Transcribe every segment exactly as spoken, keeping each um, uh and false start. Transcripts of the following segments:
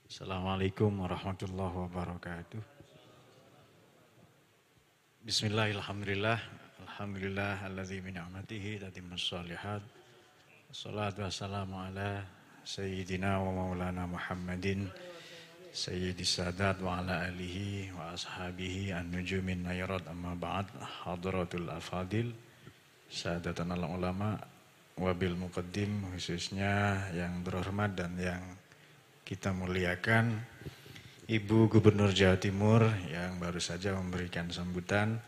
Assalamualaikum warahmatullahi wabarakatuh. Bismillahirrahmanirrahim. Alhamdulillah alladzi bi ni'matihi tatimmus shalihat. Wassalatu wassalamu ala sayyidina wa maulana Muhammadin sayyidis sadat wa ala alihi wa ashabihi an-nujumin nayrat amma ba'd. Hadratul afadil sadatana ulama wabil muqaddim, khususnya yang terhormat dan yang kita muliakan Ibu Gubernur Jawa Timur yang baru saja memberikan sambutan,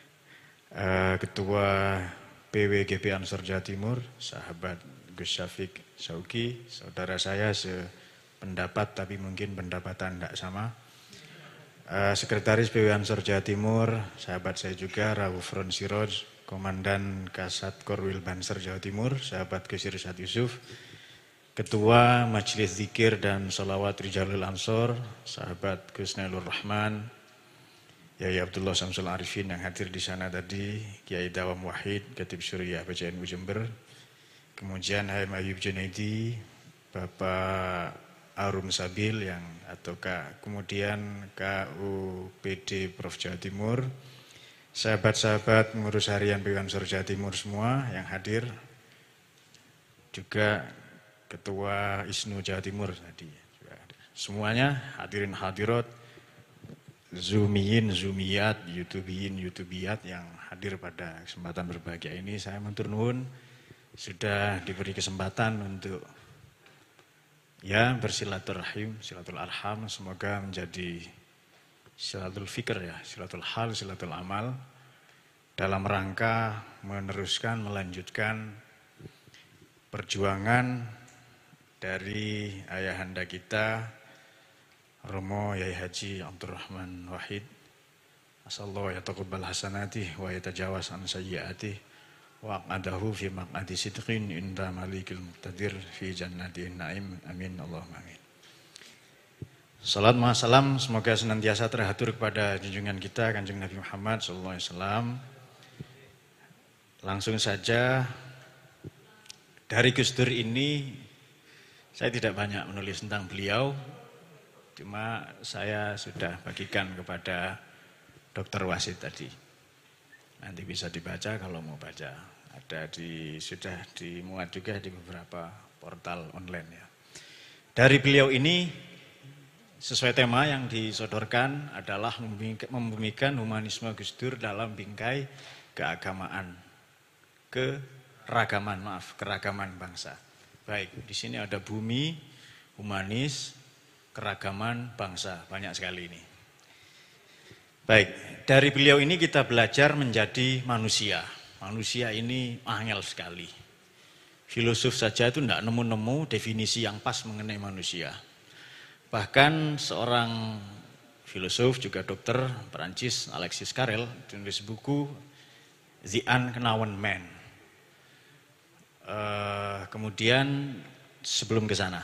Ketua P W G P Ansor Jawa Timur, sahabat Gus Syafiq Syauqi, saudara saya sependapat tapi mungkin pendapatan tidak sama. Sekretaris P W Ansor Jawa Timur, sahabat saya juga Rauf Ron Siroj, Komandan Kasat Korwil Banser Jawa Timur, sahabat Gus Irsad Yusuf, Ketua Majelis Zikir dan Sholawat Rijalul Ansor, sahabat Gus Nailur Rahman, Yai Abdullah Samsul Arifin yang hadir di sana tadi, Kiai Dawam Wahid, Khatib Syuriah P C N U Jember, kemudian Haim Ayub Junaidi, Bapak Arum Sabil yang atau K, kemudian K U P D Prof Jawa Timur, sahabat-sahabat pengurus harian P W Ansor Jawa Timur semua yang hadir, juga Ketua ISNU Jawa Timur tadi. Semuanya hadirin hadirat, Zoomiyin, Zoomiyat, Youtubiyin, Youtubiyat yang hadir pada kesempatan berbahagia ini. Saya matur nuwun sudah diberi kesempatan untuk ya bersilaturahim, silatul arham, semoga menjadi silatul fikr ya, silatul hal, silatul amal dalam rangka meneruskan, melanjutkan perjuangan dari ayahanda kita Romo Yai Haji Abdurrahman Wahid, asallahu yataqabbal hasanati wa yatajawaz an sayyiati wa aqadahu fi maq'adi sidqin inda malikil muqtadir fi jannatin naim, amin Allahumma amin. Salat wa salam semoga senantiasa terhatur kepada junjungan kita Kanjeng Nabi Muhammad sallallahu alaihi wasallam. Langsung saja, dari Gus Dur ini saya tidak banyak menulis tentang beliau, cuma saya sudah bagikan kepada Dokter Wasid tadi. Nanti bisa dibaca kalau mau baca. Ada di sudah dimuat juga di beberapa portal online ya. Dari beliau ini sesuai tema yang disodorkan adalah membumikan humanisme Gus Dur dalam bingkai keagamaan, keragaman, maaf, keragaman bangsa. Baik, di sini ada bumi, humanis, keragaman bangsa, banyak sekali ini. Baik, dari beliau ini kita belajar menjadi manusia. Manusia ini angel sekali. Filosof saja itu tidak nemu-nemu definisi yang pas mengenai manusia. Bahkan seorang filosof juga dokter Perancis, Alexis Carrel, tulis buku The Unknown Man. Uh, kemudian sebelum ke sana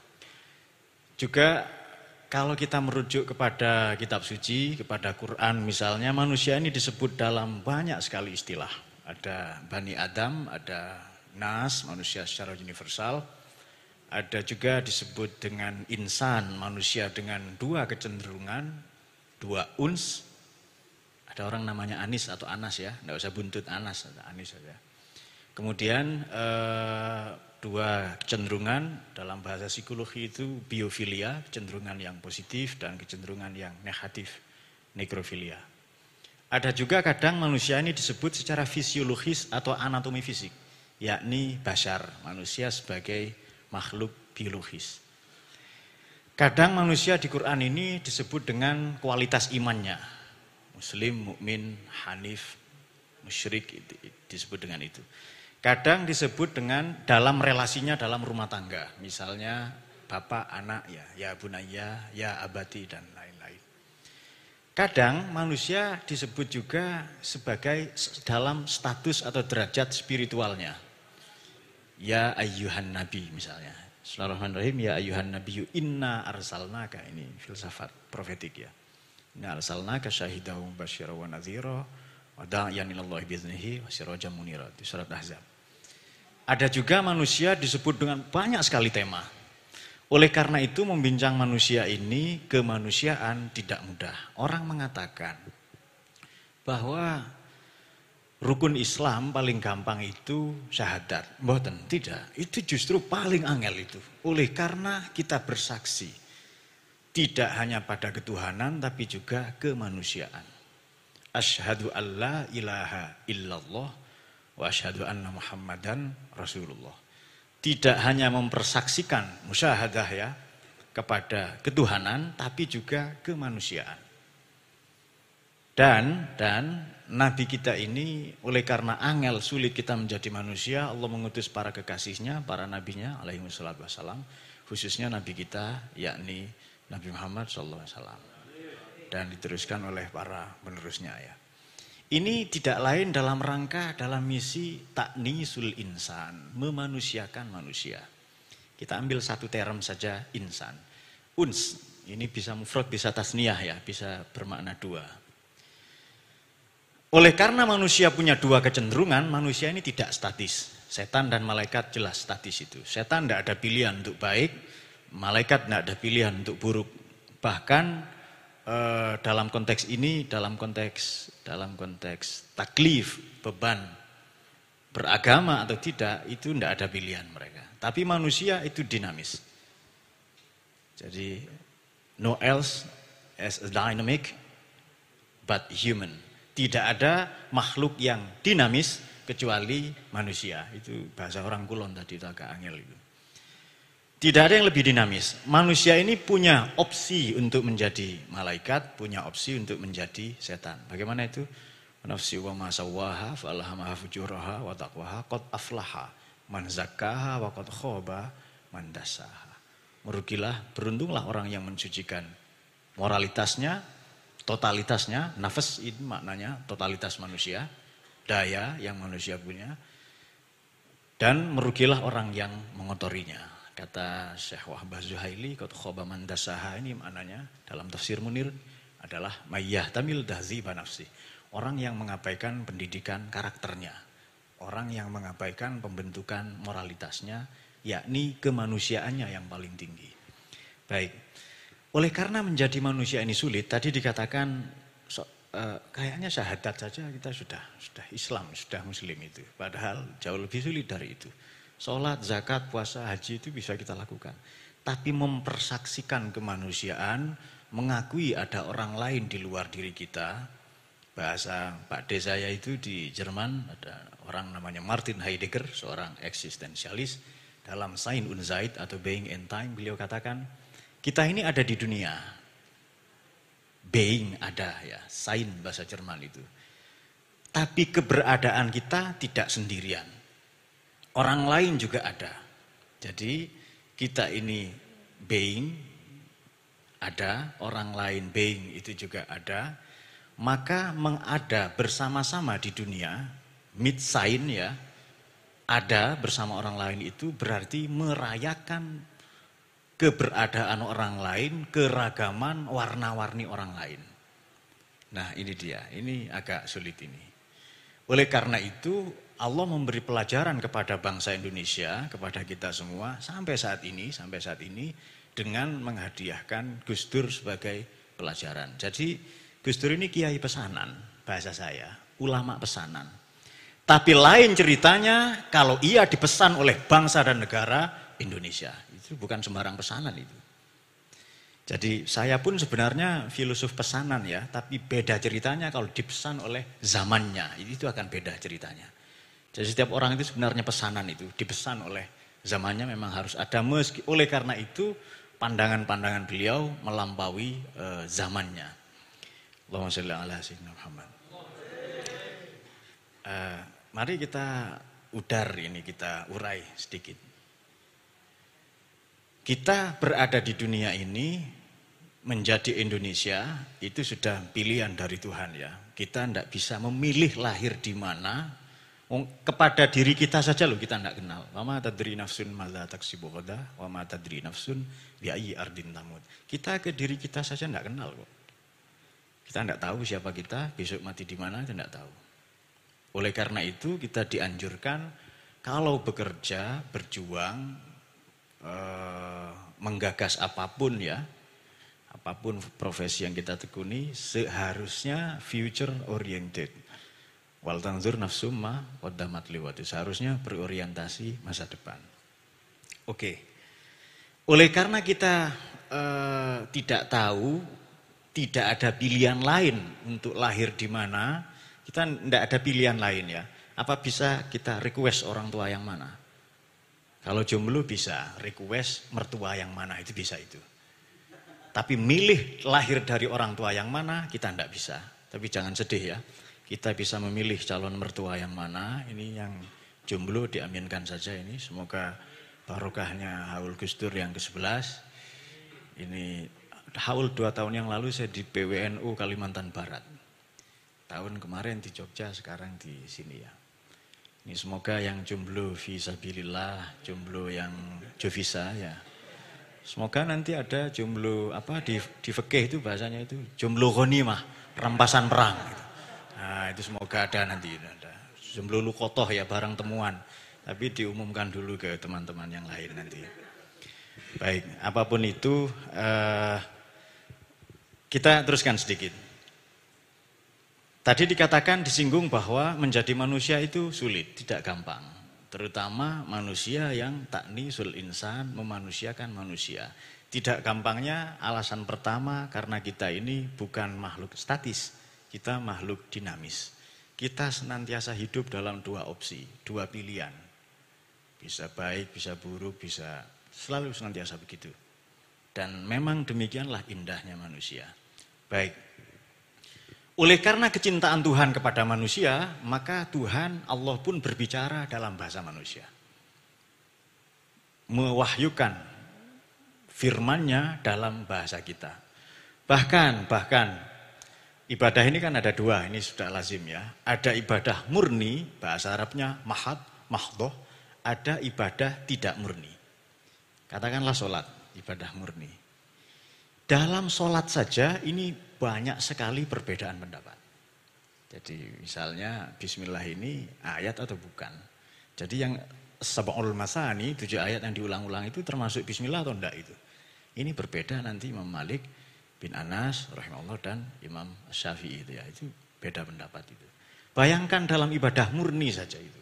juga kalau kita merujuk kepada kitab suci, kepada Quran misalnya, manusia ini disebut dalam banyak sekali istilah. Ada Bani Adam, ada Nas, manusia secara universal. Ada juga disebut dengan insan, manusia dengan dua kecenderungan, dua uns. Ada orang namanya Anis atau Anas ya, tidak usah buntut Anas, ada Anis saja. Kemudian eh, dua kecenderungan dalam bahasa psikologi itu biofilia, kecenderungan yang positif dan kecenderungan yang negatif, nekrofilia. Ada juga kadang manusia ini disebut secara fisiologis atau anatomi fisik, yakni bashar, manusia sebagai makhluk biologis. Kadang manusia di Quran ini disebut dengan kualitas imannya, muslim, mukmin, hanif, musyrik, disebut dengan itu. Kadang disebut dengan dalam relasinya dalam rumah tangga. Misalnya bapak, anak, ya, ya bunaya, ya abati, dan lain-lain. Kadang manusia disebut juga sebagai dalam status atau derajat spiritualnya. Ya ayyuhan nabi misalnya. Bismillahirrahmanirrahim. Ya ayyuhan nabiyyu inna arsalnaka. Ini filsafat profetik ya. Inna arsalnaka syahidan wa basyiran wa nadhira wa da'iyan ilallahi biiznihi wa sirajan munira. Di surat Ahzab. Ada juga manusia disebut dengan banyak sekali tema. Oleh karena itu membincang manusia ini, kemanusiaan tidak mudah. Orang mengatakan bahwa rukun Islam paling gampang itu syahadat. Mboten, tidak. Itu justru paling angel itu. Oleh karena kita bersaksi tidak hanya pada ketuhanan tapi juga kemanusiaan. Asyhadu alla ilaha illallah wa asyhadu anna Muhammadan Rasulullah. Tidak hanya mempersaksikan musyahadah ya kepada ketuhanan tapi juga kemanusiaan. Dan dan Nabi kita ini oleh karena angel sulit kita menjadi manusia, Allah mengutus para kekasihnya, para nabinya alaihi wassalatu wassalam, khususnya nabi kita yakni Nabi Muhammad shallallahu alaihi wasallam. Dan diteruskan oleh para penerusnya ya. Ini tidak lain dalam rangka dalam misi taknisul insan, memanusiakan manusia. Kita ambil satu term saja, insan. Uns, ini bisa mufrad, bisa tasniyah ya, bisa bermakna dua. Oleh karena manusia punya dua kecenderungan, manusia ini tidak statis. Setan dan malaikat jelas statis itu. Setan tidak ada pilihan untuk baik, malaikat tidak ada pilihan untuk buruk. Bahkan Uh, dalam konteks ini, dalam konteks dalam konteks taklif, beban beragama atau tidak, itu tidak ada pilihan mereka. Tapi manusia itu dinamis. Jadi no else as a dynamic but human. Tidak ada makhluk yang dinamis kecuali manusia. Itu bahasa orang kulon tadi, itu agak angel itu. Tidak ada yang lebih dinamis. Manusia ini punya opsi untuk menjadi malaikat, punya opsi untuk menjadi setan. Bagaimana itu? Nafsi wa ma sawwaha fa alhamaha fujuraha wa taqwaha qad aflaha man zakkaha wa qad khaba man dassaha. Merugilah, beruntunglah orang yang mensucikan moralitasnya, totalitasnya, nafas ini maknanya totalitas manusia, daya yang manusia punya, dan merugilah orang yang mengotorinya. Kata Syekh Wahbah Zuhaili, qad khaba man dassaha, ini maknanya dalam tafsir Munir adalah mayyah tamil dahziba nafsi. Orang yang mengabaikan pendidikan karakternya, orang yang mengabaikan pembentukan moralitasnya, yakni kemanusiaannya yang paling tinggi. Baik, oleh karena menjadi manusia ini sulit, tadi dikatakan so, eh, kayaknya syahadat saja kita sudah sudah Islam, sudah Muslim itu. Padahal jauh lebih sulit dari itu. Sholat, zakat, puasa, haji itu bisa kita lakukan. Tapi mempersaksikan kemanusiaan, mengakui ada orang lain di luar diri kita. Bahasa Pak D saya itu di Jerman, ada orang namanya Martin Heidegger, seorang eksistensialis. Dalam Sein und Zeit atau Being and Time, beliau katakan, kita ini ada di dunia. Being ada ya, Sein bahasa Jerman itu. Tapi keberadaan kita tidak sendirian. Orang lain juga ada. Jadi kita ini being, ada, orang lain being itu juga ada. Maka mengada bersama-sama di dunia, mid-sign ya, ada bersama orang lain itu berarti merayakan keberadaan orang lain, keragaman, warna-warni orang lain. Nah ini dia, ini agak sulit ini. Oleh karena itu Allah memberi pelajaran kepada bangsa Indonesia, kepada kita semua sampai saat ini, sampai saat ini dengan menghadiahkan Gus Dur sebagai pelajaran. Jadi Gus Dur ini kiai pesanan, bahasa saya, ulama pesanan. Tapi lain ceritanya kalau ia dipesan oleh bangsa dan negara Indonesia. Itu bukan sembarang pesanan itu. Jadi saya pun sebenarnya filosof pesanan ya, tapi beda ceritanya kalau dipesan oleh zamannya, itu akan beda ceritanya. Jadi setiap orang itu sebenarnya pesanan itu, dipesan oleh zamannya memang harus ada. Meski, oleh karena itu pandangan-pandangan beliau melampaui e, zamannya. Allahumma sholli ala sayyidina Muhammad. E, mari kita udar ini, kita urai sedikit. Kita berada di dunia ini menjadi Indonesia itu sudah pilihan dari Tuhan ya. Kita tidak bisa memilih lahir di mana. Kepada diri kita saja loh kita tidak kenal. Wa ma tadri nafsun madza taksibu ghadan wa ma tadri nafsun bi ayyi ardin tamut. Kita ke diri kita saja tidak kenal kok. Kita tidak tahu siapa kita, besok mati di mana kita tidak tahu. Oleh karena itu kita dianjurkan kalau bekerja, berjuang, eh, menggagas apapun ya, apapun profesi yang kita tekuni, seharusnya future oriented. Wal tanzur nafsum ma qaddamat liwati, seharusnya berorientasi masa depan. Oke. Oleh karena kita eh, tidak tahu, tidak ada pilihan lain untuk lahir di mana, kita tidak ada pilihan lain ya. Apa bisa kita request orang tua yang mana? Kalau jomblo bisa request mertua yang mana, itu bisa itu. Tapi milih lahir dari orang tua yang mana, kita tidak bisa. Tapi jangan sedih ya. Kita bisa memilih calon mertua yang mana, ini yang jomblo diaminkan saja ini. Semoga barokahnya haul Gus Dur yang ke sebelas. Ini haul dua tahun yang lalu saya di P W N U Kalimantan Barat. Tahun kemarin di Jogja, sekarang di sini ya. Ini semoga yang jomblo fisabilillah, jomblo yang jovisa ya. Semoga nanti ada jomblo apa di di fikih itu bahasanya itu jomblo ghanimah, rampasan perang gitu. Nah, itu semoga ada nanti ada. Jomblo lukotoh ya, barang temuan. Tapi diumumkan dulu ke teman-teman yang lain nanti. Baik, apapun itu uh, kita teruskan sedikit. Tadi dikatakan disinggung bahwa menjadi manusia itu sulit, tidak gampang. Terutama manusia yang taknisul insan, memanusiakan manusia. Tidak gampangnya alasan pertama karena kita ini bukan makhluk statis, kita makhluk dinamis. Kita senantiasa hidup dalam dua opsi, dua pilihan. Bisa baik, bisa buruk, bisa selalu senantiasa begitu. Dan memang demikianlah indahnya manusia. Baik. Oleh karena kecintaan Tuhan kepada manusia, maka Tuhan Allah pun berbicara dalam bahasa manusia. Mewahyukan firman-Nya dalam bahasa kita. Bahkan, bahkan ibadah ini kan ada dua, ini sudah lazim ya. Ada ibadah murni, bahasa Arabnya mahad, mahdoh. Ada ibadah tidak murni. Katakanlah sholat, ibadah murni. Dalam sholat saja ini banyak sekali perbedaan pendapat. Jadi misalnya bismillah ini ayat atau bukan. Jadi yang sab'ul masani, tujuh ayat yang diulang-ulang itu termasuk bismillah atau enggak itu. Ini berbeda nanti Imam Malik bin Anas rahimahullah dan Imam Syafi'i itu ya. Itu beda pendapat itu. Bayangkan dalam ibadah murni saja itu.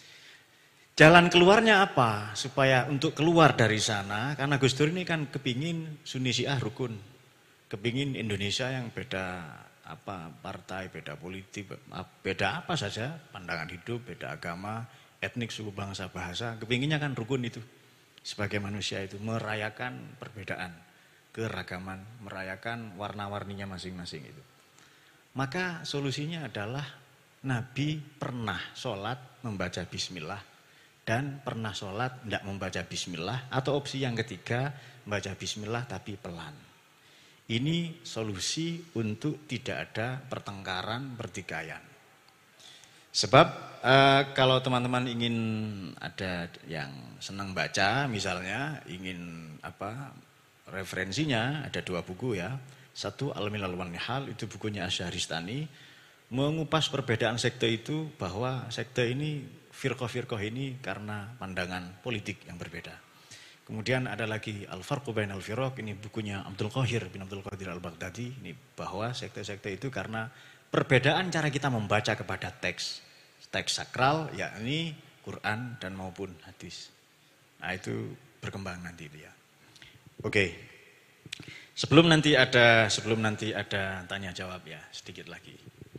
Jalan keluarnya apa? Supaya untuk keluar dari sana, karena Gus Dur ini kan kepingin Sunni Syiah rukun. Kepingin Indonesia yang beda apa partai, beda politik, beda apa saja, pandangan hidup, beda agama, etnik, suku, bangsa, bahasa. Kepinginnya kan rukun itu. Sebagai manusia itu merayakan perbedaan, keragaman, merayakan warna-warninya masing-masing itu. Maka solusinya adalah Nabi pernah sholat membaca bismillah. Dan pernah sholat tidak membaca bismillah. Atau opsi yang ketiga, membaca bismillah tapi pelan. Ini solusi untuk tidak ada pertengkaran, pertikaian. Sebab eh, kalau teman-teman ingin ada yang senang baca, misalnya ingin apa referensinya, ada dua buku ya. Satu Al-Milal wan Nihal, itu bukunya Asy-Syahristani. Mengupas perbedaan sekte itu, bahwa sekte ini firqah-firqah ini karena pandangan politik yang berbeda. Kemudian ada lagi Al-Farqu Bainal Firaq, ini bukunya Abdul Qahir bin Abdul Qadir Al-Baghdadi, ini bahwa sekte-sekte itu karena perbedaan cara kita membaca kepada teks, teks sakral, yakni Quran dan maupun hadis. Nah itu berkembang nanti dia. Oke, sebelum nanti ada sebelum nanti ada tanya jawab ya sedikit lagi.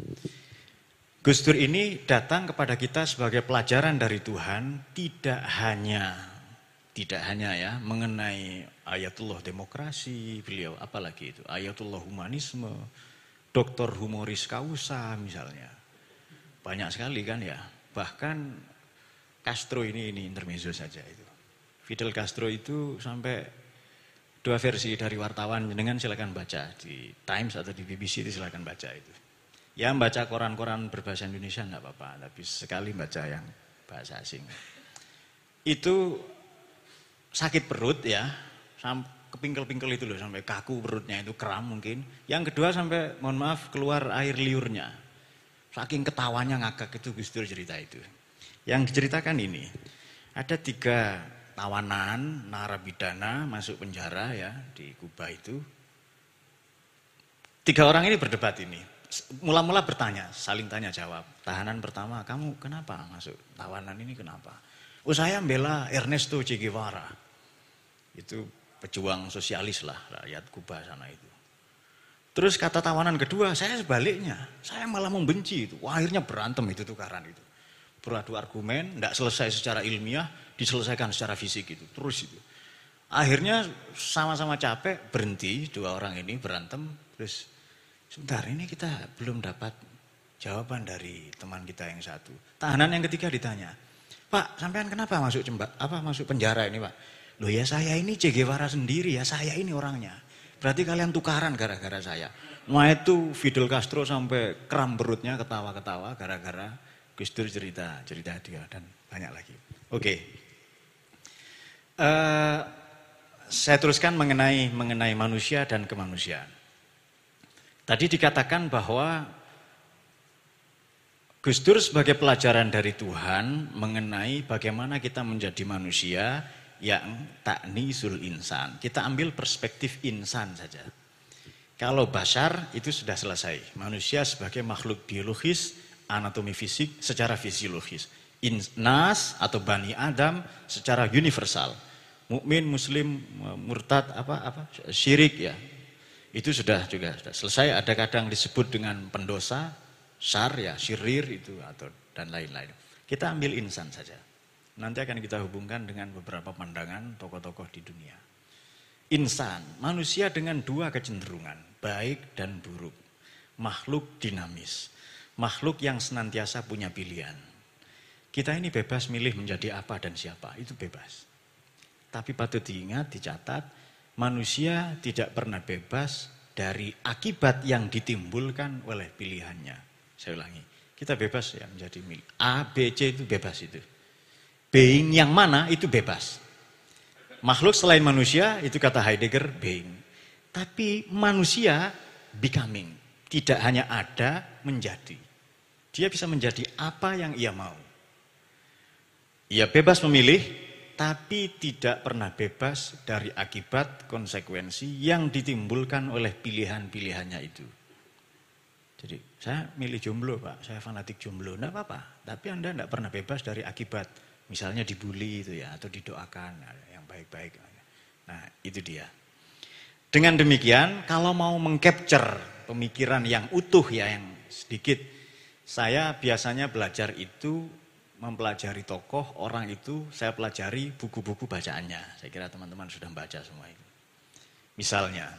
Gus Dur ini datang kepada kita sebagai pelajaran dari Tuhan, tidak hanya tidak hanya ya mengenai ayatullah demokrasi beliau, apalagi itu ayatullah humanisme, doktor humoris causa misalnya, banyak sekali kan ya. Bahkan Castro ini ini intermezzo saja itu. Fidel Castro itu sampai dua versi dari wartawan, dengan silakan baca di Times atau di B B C itu silakan baca itu. Ya baca koran-koran berbahasa Indonesia enggak apa-apa, tapi sekali baca yang bahasa asing. Itu sakit perut ya, kepingkel-pingkel itu loh, sampai kaku perutnya itu, kram mungkin. Yang kedua sampai mohon maaf keluar air liurnya. Saking ketawanya ngakak itu Gus Dur cerita itu. Yang diceritakan ini, ada tiga tawanan, narapidana masuk penjara ya di Kuba itu. Tiga orang ini berdebat ini. Mula-mula bertanya, saling tanya jawab. Tahanan pertama, kamu kenapa masuk tawanan ini kenapa? Oh saya membela Ernesto Che Guevara. Itu pejuang sosialis lah rakyat Kuba sana itu. Terus kata tawanan kedua, saya sebaliknya. Saya malah membenci itu. Wah, akhirnya berantem itu tukaran itu. Beradu argumen, tidak selesai secara ilmiah, diselesaikan secara fisik itu. Terus itu. Akhirnya sama-sama capek, berhenti dua orang ini berantem. Terus sebentar ini kita belum dapat jawaban dari teman kita yang satu. Tahanan yang ketiga ditanya, Pak, sampean kenapa masuk cembak, apa masuk penjara ini Pak? Loh ya saya ini Che Guevara sendiri ya, saya ini orangnya. Berarti kalian tukaran gara-gara saya. Nah itu Fidel Castro sampai kram perutnya ketawa-ketawa gara-gara Gus Dur cerita, cerita dia dan banyak lagi. Oke, uh, saya teruskan mengenai mengenai manusia dan kemanusiaan. Tadi dikatakan bahwa Gus Dur sebagai pelajaran dari Tuhan mengenai bagaimana kita menjadi manusia yang taknisul insan. Kita ambil perspektif insan saja. Kalau bashar itu sudah selesai. Manusia sebagai makhluk biologis, anatomi fisik secara fisiologis. Nas atau Bani Adam secara universal. Mukmin, muslim, murtad, apa apa syirik ya. Itu sudah juga sudah selesai. Ada kadang disebut dengan pendosa, syar ya, syirir itu atau dan lain-lain. Kita ambil insan saja. Nanti akan kita hubungkan dengan beberapa pandangan tokoh-tokoh di dunia. Insan, manusia dengan dua kecenderungan, baik dan buruk. Makhluk dinamis. Makhluk yang senantiasa punya pilihan. Kita ini bebas milih menjadi apa dan siapa, itu bebas. Tapi patut diingat, dicatat, manusia tidak pernah bebas dari akibat yang ditimbulkan oleh pilihannya. Saya ulangi, kita bebas ya menjadi milik. A, B, C itu bebas itu. Being yang mana itu bebas. Makhluk selain manusia, itu kata Heidegger, being. Tapi manusia becoming. Tidak hanya ada, menjadi. Dia bisa menjadi apa yang ia mau. Ia bebas memilih, tapi tidak pernah bebas dari akibat konsekuensi yang ditimbulkan oleh pilihan-pilihannya itu. Jadi saya milih jomblo Pak, saya fanatik jomblo, enggak apa-apa. Tapi Anda enggak pernah bebas dari akibat, misalnya dibully itu ya, atau didoakan yang baik-baik. Nah itu dia. Dengan demikian, kalau mau mengcapture pemikiran yang utuh ya, yang sedikit, saya biasanya belajar itu, mempelajari tokoh, orang itu, saya pelajari buku-buku bacaannya. Saya kira teman-teman sudah baca semua itu. Misalnya,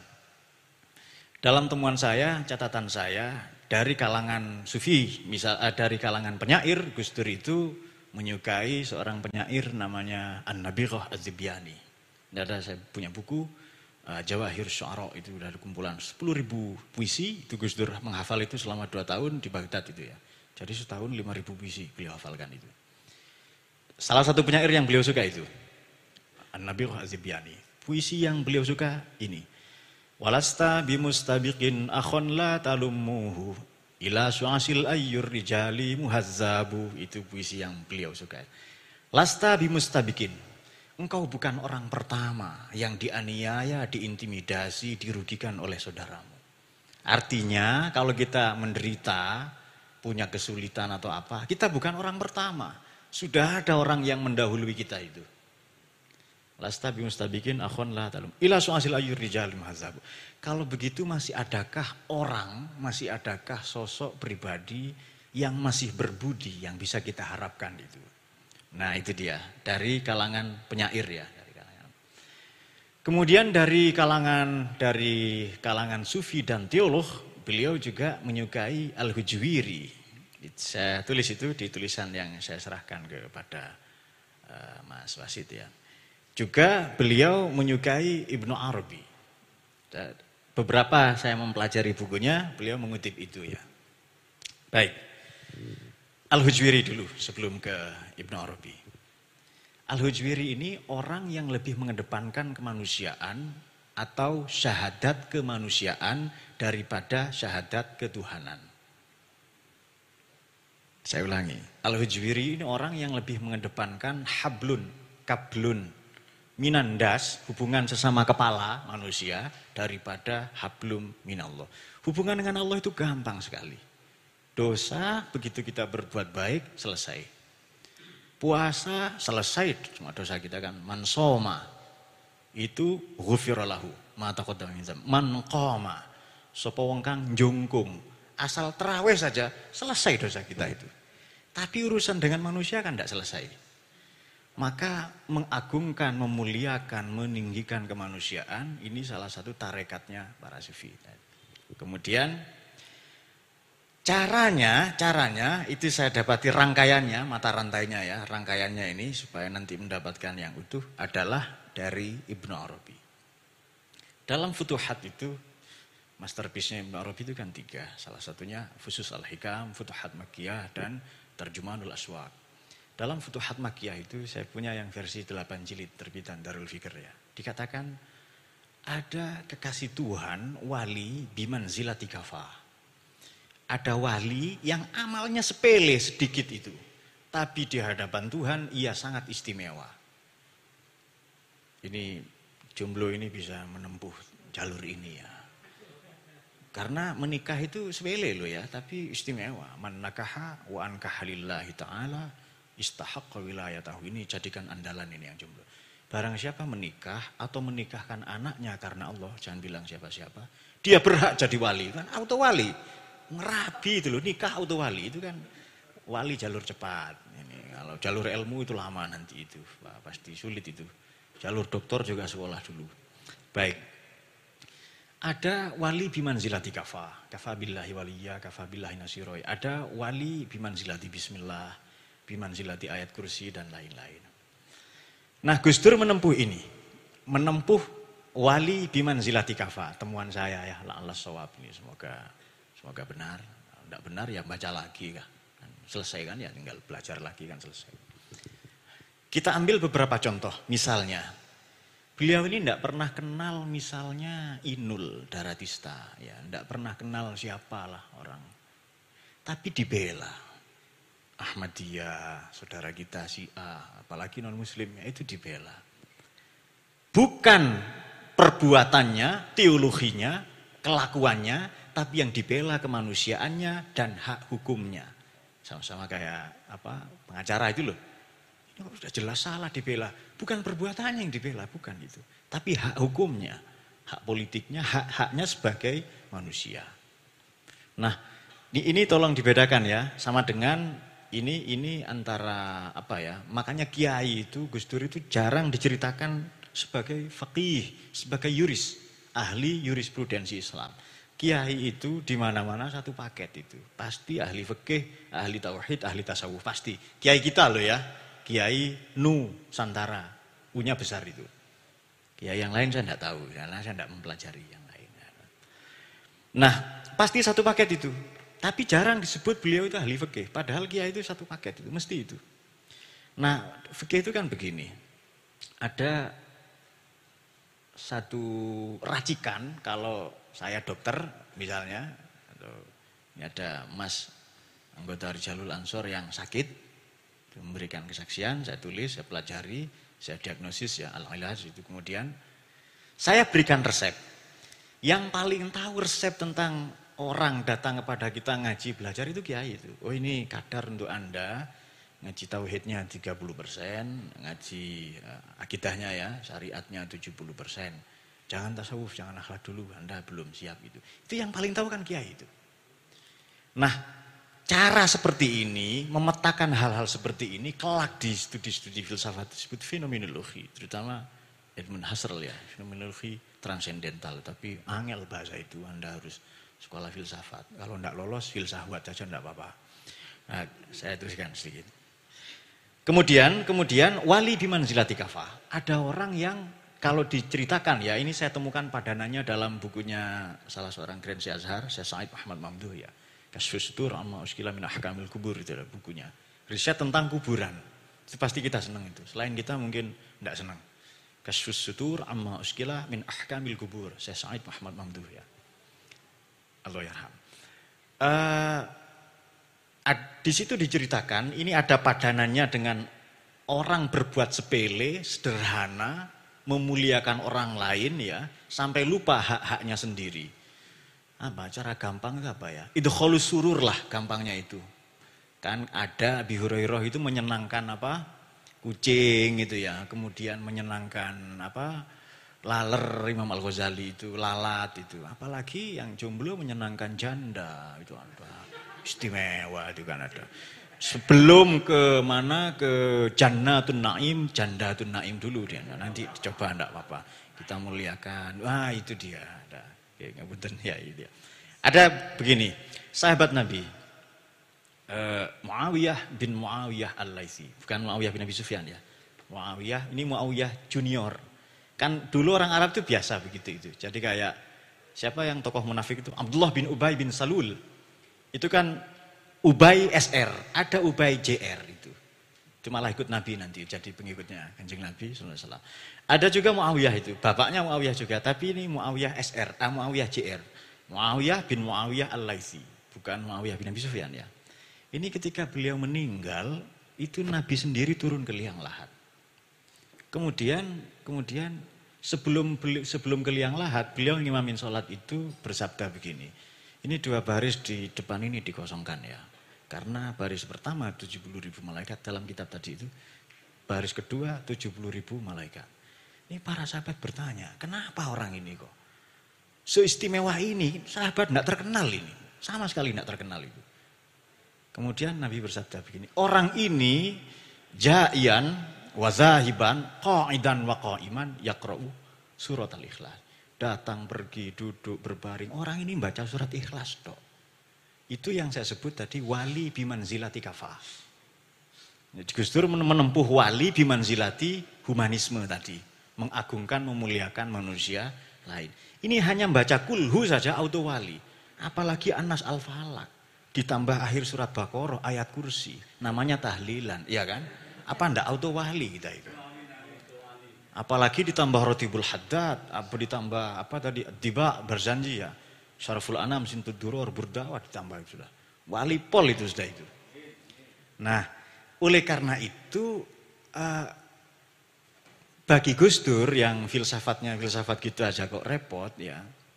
dalam temuan saya, catatan saya, dari kalangan sufi, misal eh, dari kalangan penyair, Gus Dur itu menyukai seorang penyair namanya An-Nabirah Az-Zibyani. Ada saya punya buku, uh, Jawahir Syu'ara, itu dari kumpulan sepuluh ribu puisi, itu Gus Dur menghafal itu selama dua tahun di Baghdad itu ya. Jadi setahun lima ribu puisi beliau hafalkan itu. Salah satu penyair yang beliau suka itu, An-Nabirah Az-Zibyani. Puisi yang beliau suka ini. Walasta bimustabiqin akhon la talummuhu ila su'asil ayyur rijali muhazzabu. Itu puisi yang beliau suka. Lasta bimustabiqin. Engkau bukan orang pertama yang dianiaya, diintimidasi, dirugikan oleh saudaramu. Artinya kalau kita menderita, punya kesulitan atau apa, kita bukan orang pertama. Sudah ada orang yang mendahului kita itu. Lasta bimustabiqin akhon la talum ila su'asil ayyur rijali muhazzabu. Kalau begitu masih adakah orang, masih adakah sosok pribadi yang masih berbudi yang bisa kita harapkan itu? Nah itu dia, dari kalangan penyair ya. Dari kalangan. Kemudian dari kalangan dari kalangan sufi dan teolog, beliau juga menyukai Al-Hujwiri. Saya tulis itu di tulisan yang saya serahkan kepada uh, Mas Wasid ya. Juga beliau menyukai Ibnu Arabi. Beberapa saya mempelajari bukunya, beliau mengutip itu ya. Baik. Al-Hujwiri dulu sebelum ke Ibnu Arabi. Al-Hujwiri ini orang yang lebih mengedepankan kemanusiaan atau syahadat kemanusiaan daripada syahadat ketuhanan. Saya ulangi, Al-Hujwiri ini orang yang lebih mengedepankan hablun, kablun, minandas, hubungan sesama kepala manusia, daripada hablum minallah. Hubungan dengan Allah itu gampang sekali. Dosa, begitu kita berbuat baik, selesai. Puasa, selesai semua dosa kita kan. Man soma, itu ghufira lahu ma taqaddama min dzambi. Man qama, sapa wong kang njungkung, asal tarawih saja selesai dosa kita itu. Tapi urusan dengan manusia kan tidak selesai. Maka mengagungkan, memuliakan, meninggikan kemanusiaan, ini salah satu tarekatnya para sufi. Kemudian caranya, caranya itu saya dapati rangkaiannya, mata rantainya ya, rangkaiannya ini supaya nanti mendapatkan yang utuh adalah dari Ibnu Arabi. Dalam Futuhat itu, masterpiece-nya Ibnu Arabi itu kan tiga. Salah satunya Fusus Al-Hikam, Futuhat Makkiyah, dan Terjemahanul Aswaq. Dalam Futuhat Makkiyah itu saya punya yang versi delapan jilid terbitan Darul Fikr ya. Dikatakan ada kekasih Tuhan, wali biman zilati kafa. Ada wali yang amalnya sepele sedikit itu. Tapi di hadapan Tuhan ia sangat istimewa. Ini jomblo ini bisa menempuh jalur ini ya. Karena menikah itu sepele loh ya, tapi istimewa. Man nakaha wa ankaha lillahi ta'ala istahaqqa wilayatahu. Ini jadikan andalan ini yang jomblo. Barang siapa menikah atau menikahkan anaknya karena Allah, jangan bilang siapa-siapa, dia berhak jadi wali. Kan auto wali. Ngerabi itu loh, nikah auto wali itu kan wali jalur cepat. Ini kalau jalur ilmu itu lama nanti itu. Wah, pasti sulit itu. Jalur doktor juga sekolah dulu. Baik. Ada wali bimanzilati kafa. Kafa billahi waliyya, kafa billahi nasiroi. Ada wali bimanzilati bismillah, bimanzilati ayat kursi dan lain-lain. Nah, Gus Dur menempuh ini. Menempuh wali bimanzilati kafa. Temuan saya ya, la'allah shawab ini semoga semoga benar. Tidak benar ya baca lagi kan. Selesai kan ya, tinggal belajar lagi kan selesai. Kita ambil beberapa contoh. Misalnya, beliau ini tidak pernah kenal misalnya Inul Daratista. Ya, tidak pernah kenal siapalah orang. Tapi dibela. Ahmadiyah, saudara kita Syiah, apalagi non-muslimnya itu dibela. Bukan perbuatannya, teologinya, kelakuannya, tapi yang dibela kemanusiaannya dan hak hukumnya. Sama-sama kayak apa pengacara itu loh. Ini sudah jelas salah dibela. Bukan perbuatannya yang dibela, bukan itu. Tapi hak hukumnya, hak politiknya, hak-haknya sebagai manusia. Nah, ini tolong dibedakan ya, sama dengan Ini ini antara apa ya? Makanya kiai itu Gus Dur itu jarang diceritakan sebagai faqih, sebagai yuris, ahli jurisprudensi Islam. Kiai itu di mana-mana satu paket itu. Pasti ahli fikih, ahli tauhid, ahli tasawuf pasti. Kiai kita loh ya. Kiai Nusantara, punya besar itu. Kiai yang lain saya tidak tahu, karena saya tidak mempelajari yang lain. Nah, pasti satu paket itu. Tapi jarang disebut beliau itu ahli fikih. Padahal kiai itu satu paket itu, mesti itu. Nah, fikih itu kan begini. Ada satu racikan, kalau saya dokter misalnya, atau ini ada Mas anggota Rijalul Ansor yang sakit, memberikan kesaksian, saya tulis, saya pelajari, saya diagnosis ya al-ilaj itu, kemudian saya berikan resep. Yang paling tahu resep tentang orang datang kepada kita ngaji belajar itu kiai itu. Oh ini kadar untuk Anda, ngaji tauhidnya tiga puluh persen, ngaji uh, akidahnya ya, syariatnya tujuh puluh persen. Jangan tasawuf, jangan akhlak dulu, Anda belum siap itu. Itu yang paling tahu kan kiai itu. Nah, cara seperti ini, memetakan hal-hal seperti ini, kelak di studi-studi filsafat disebut fenomenologi, terutama Edmund Husserl ya, fenomenologi transendental. Tapi angel bahasa itu, Anda harus sekolah filsafat. Kalau tidak lolos, filsafat saja tidak apa-apa. Nah, saya teruskan sedikit. Kemudian, kemudian wali bimanzilati kafa. Ada orang yang kalau diceritakan ya, ini saya temukan padanannya dalam bukunya salah seorang Grand Syekh Azhar, Syekh Said Ahmad Mamduh ya. Kasyfus Sutur amma uskila min ahkamil kubur itu adalah bukunya. Riset tentang kuburan. Itu pasti kita senang itu. Selain kita mungkin tidak senang. Kasyfus Sutur amma uskila min ahkamil kubur, Syekh Said Ahmad Mamduh ya. Allah yarham. Uh, di situ diceritakan ini ada padanannya dengan orang berbuat sepele, sederhana, memuliakan orang lain ya, sampai lupa hak-haknya sendiri. Apa cara gampang itu apa ya? Idkhalus surur lah gampangnya itu. Kan ada Abi Hurairah itu menyenangkan apa? Kucing gitu ya. Kemudian menyenangkan apa? Laler Imam Al-Ghazali itu, lalat itu. Apalagi yang jomblo menyenangkan janda itu ada. Istimewa itu kan ada. Sebelum ke mana ke Jannatun Naim, Jandatun Naim dulu dia. Nanti coba enggak apa-apa. Kita muliakan. Wah, itu dia. Ada. Ya, ngapunten ya itu dia. Ada begini, sahabat Nabi Uh, Muawiyah bin Muawiyah Al-Laitsi, bukan Muawiyah bin Abi Sufyan ya. Muawiyah, ini Muawiyah junior. Kan dulu orang Arab itu biasa begitu itu. Jadi kayak siapa yang tokoh munafik itu? Abdullah bin Ubay bin Salul. Itu kan Ubay S R, ada Ubay J R itu. Itu malah ikut Nabi nanti jadi pengikutnya Kanjeng Nabi sallallahu alaihi wasallam. Ada juga Muawiyah itu, bapaknya Muawiyah juga, tapi ini Muawiyah S R, ah, Muawiyah J R. Muawiyah bin Muawiyah Al-Laitsi, bukan Muawiyah bin Abi Sufyan ya. Ini ketika beliau meninggal, itu Nabi sendiri turun ke liang lahat. Kemudian, kemudian sebelum sebelum ke liang lahat, beliau ngimamin sholat itu bersabda begini. Ini dua baris di depan ini dikosongkan ya. Karena baris pertama tujuh puluh ribu malaikat dalam kitab tadi itu. Baris kedua tujuh puluh ribu malaikat. Ini para sahabat bertanya, kenapa orang ini kok seistimewa ini? Sahabat tidak terkenal ini. Sama sekali tidak terkenal itu. Kemudian Nabi bersabda begini, orang ini ja'ian wa zahiban qa'idan wa qa'iman yaqra'u surat al-ikhlas. Datang, pergi, duduk, berbaring. Orang ini baca surat ikhlas dok. Itu yang saya sebut tadi wali bimanzilati kafah. Gus Dur menempuh wali bimanzilati humanisme tadi. Mengagungkan, memuliakan manusia lain. Ini hanya baca kulhu saja auto wali. Apalagi Anas al-Falak. Ditambah akhir surat Baqarah ayat kursi, namanya tahlilan, iya kan? Apa ndak auto wali kita itu? Apalagi ditambah Rotibul Haddad, apa ditambah apa tadi Diba Barzanji ya, Syaraful Anam Sintud Duror Burdawah ditambah itu sudah. Wali pol itu sudah itu. Nah, oleh karena itu uh, bagi Gus Dur yang filsafatnya filsafat gitu aja kok repot ya.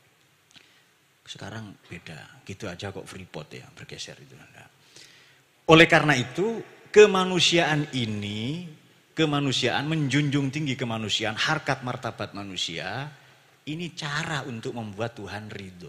Sekarang beda, gitu aja kok Freeport ya, bergeser itu. Oleh karena itu, kemanusiaan ini, kemanusiaan menjunjung tinggi kemanusiaan, harkat martabat manusia, ini cara untuk membuat Tuhan ridho.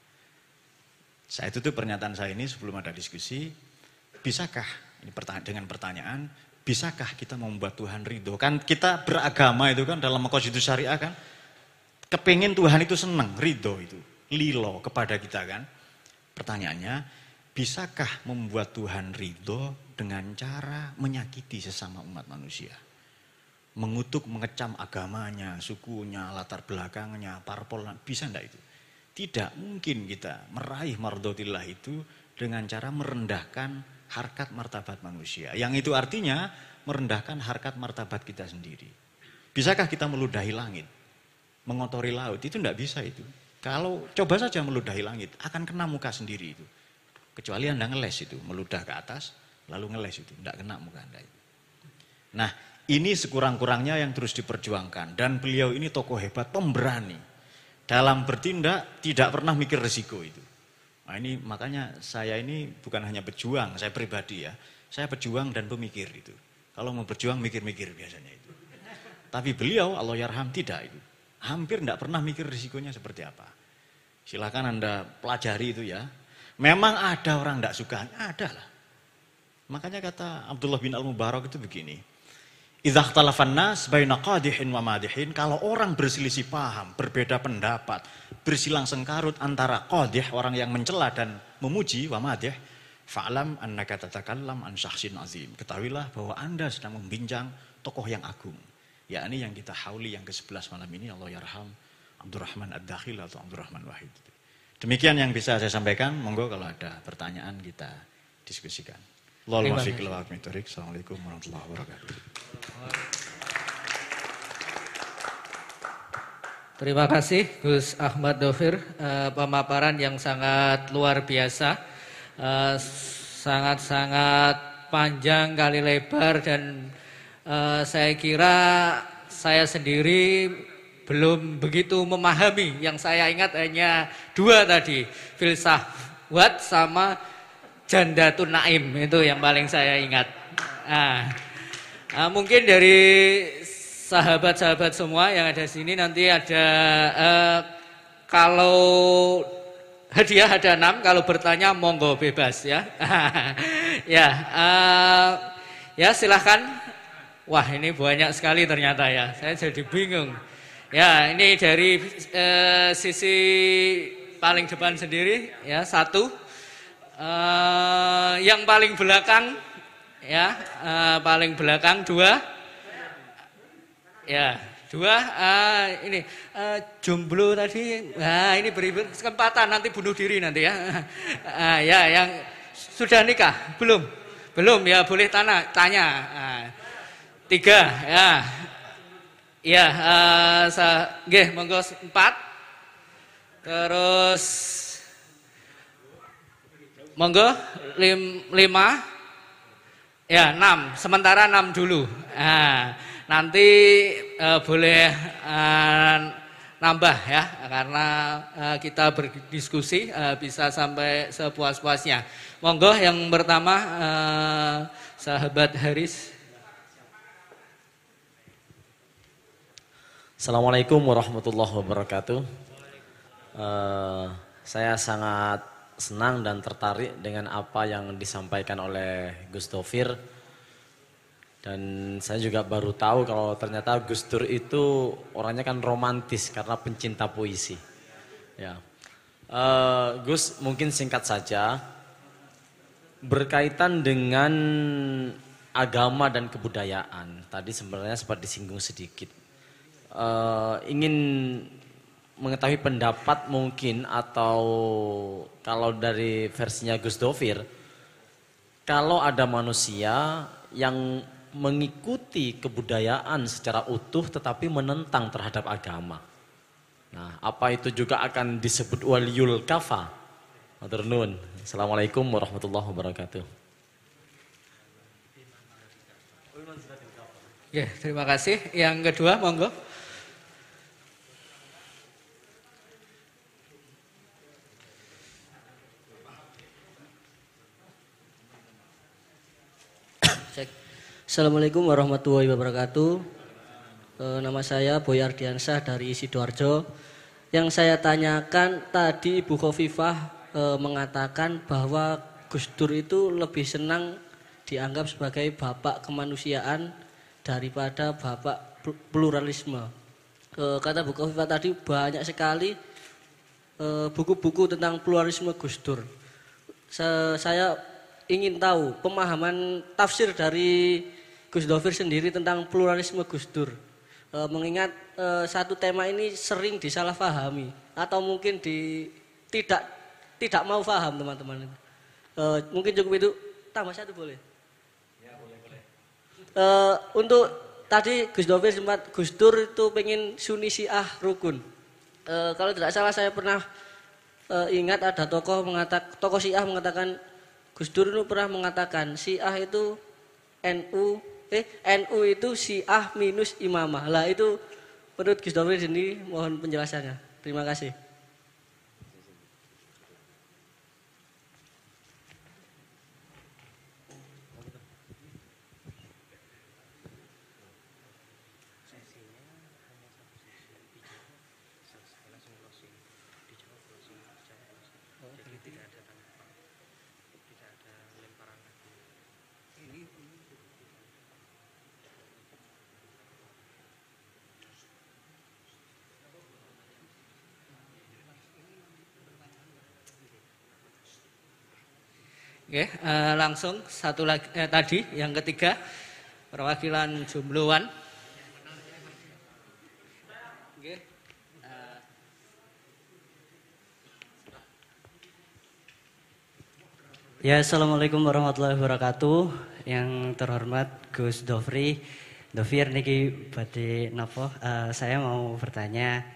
Saya tutup pernyataan saya ini sebelum ada diskusi, bisakah, ini pertanyaan, dengan pertanyaan, bisakah kita membuat Tuhan ridho? Kan kita beragama itu kan dalam konstitusi syariah kan, kepingin Tuhan itu senang, ridho itu. Lilo kepada kita kan. Pertanyaannya, bisakah membuat Tuhan ridho dengan cara menyakiti sesama umat manusia? Mengutuk, mengecam agamanya, sukunya, latar belakangnya, parpol, bisa enggak itu? Tidak mungkin kita meraih mardotillah itu dengan cara merendahkan harkat martabat manusia. Yang itu artinya merendahkan harkat martabat kita sendiri. Bisakah kita meludahi langit? Mengotori laut? Itu enggak bisa itu. Kalau coba saja meludahi langit, akan kena muka sendiri itu. Kecuali Anda ngeles itu, meludah ke atas, lalu ngeles itu, tidak kena muka Anda itu. Nah, ini sekurang-kurangnya yang terus diperjuangkan. Dan beliau ini tokoh hebat, pemberani. Dalam bertindak, tidak pernah mikir resiko itu. Nah ini makanya saya ini bukan hanya pejuang, saya pribadi ya. Saya pejuang dan pemikir itu. Kalau mau berjuang, mikir-mikir biasanya itu. Tapi beliau, Allah yarham, tidak itu. Hampir tidak pernah mikir risikonya seperti apa. Silakan Anda pelajari itu ya. Memang ada orang tidak suka, ada lah. Makanya kata Abdullah bin Al-Mubarak itu begini. Idza ikhtalafan nas baina qadihin wa madihin, kalau orang berselisih paham, berbeda pendapat, bersilang sengkarut antara qadih, orang yang mencela dan memuji, wa madih, fa'lam annaka tatakallam an syakhsin azim. Ketahuilah bahwa Anda sedang membincang tokoh yang agung. Ya ini yang kita hauli yang ke sebelas malam ini, Allah yarham Abdurrahman Ad-Dakhil atau Abdurrahman Wahid. Demikian yang bisa saya sampaikan, monggo kalau ada pertanyaan kita diskusikan. Assalamualaikum warahmatullahi wabarakatuh. Terima kasih Gus Ahmad Dhofir, uh, pemaparan yang sangat luar biasa, sangat-sangat uh, panjang kali lebar dan Uh, saya kira saya sendiri belum begitu memahami. Yang saya ingat hanya dua tadi, filsafat sama Jandatun Naim, itu yang paling saya ingat. Nah, nah, mungkin dari sahabat-sahabat semua yang ada sini nanti ada uh, kalau hadiah ada enam, kalau bertanya monggo bebas ya. Ya, uh, ya silahkan. Wah, ini banyak sekali ternyata ya. Saya jadi bingung. Ya, ini dari uh, sisi paling depan sendiri ya satu. Uh, yang paling belakang ya, uh, paling belakang dua. Ya, dua. Uh, ini uh, jomblo tadi. Nah, ini beri kesempatan nanti bunuh diri nanti ya. Uh, ya, yang sudah nikah belum? Belum ya, boleh tanya. Tanya. Uh, tiga ya. Ya, uh, sa, nggih, monggo empat. Terus monggo lim, lima. Ya, enam. Sementara enam dulu. Nah, nanti uh, boleh uh, nambah ya, karena uh, kita berdiskusi uh, bisa sampai sepuas-puasnya. Monggo yang pertama uh, sahabat Haris. Assalamualaikum warahmatullahi wabarakatuh. Uh, saya sangat senang dan tertarik dengan apa yang disampaikan oleh Gus Dovir. Dan saya juga baru tahu kalau ternyata Gus Dur itu orangnya kan romantis karena pencinta puisi. Ya, uh, Gus mungkin singkat saja, berkaitan dengan agama dan kebudayaan. Tadi sebenarnya sempat disinggung sedikit. Uh, ingin mengetahui pendapat mungkin atau kalau dari versinya Gus Dovir, kalau ada manusia yang mengikuti kebudayaan secara utuh tetapi menentang terhadap agama. Nah, apa itu juga akan disebut waliyul kafa? Matur nuwun. Assalamualaikum warahmatullahi wabarakatuh. Ya, terima kasih. Yang kedua, monggo. Assalamualaikum warahmatullahi wabarakatuh. E, nama saya Boy Ardiansyah dari Sidoarjo. Yang saya tanyakan tadi Ibu Khofifah e, mengatakan bahwa Gus Dur itu lebih senang dianggap sebagai bapak kemanusiaan daripada bapak pluralisme. E, kata Bu Khofifah tadi banyak sekali buku-buku e, tentang pluralisme Gus Dur. Se, saya ingin tahu pemahaman tafsir dari Gus Dovir sendiri tentang pluralisme Gus Dur. E, mengingat e, satu tema ini sering disalahpahami atau mungkin di, tidak tidak mau paham teman-teman. E, mungkin cukup itu, tambah satu boleh? Ya, boleh, boleh. E, untuk tadi Gus Dovir sempat Gus Dur itu pengen Sunni Syiah rukun. E, kalau tidak salah saya pernah e, ingat ada tokoh mengatakan, tokoh Syiah mengatakan, Gus Dur itu pernah mengatakan Syiah itu N U eh N U itu Syiah minus imamah. Lah itu menurut Gus Dovir sendiri, mohon penjelasannya. Terima kasih. Oke, uh, langsung satu lagi eh, tadi yang ketiga perwakilan jombloan. Oke. Uh. Ya, assalamualaikum warahmatullahi wabarakatuh. Yang terhormat Gus Dovri, Dovir niki badhe napa? Uh, saya mau bertanya,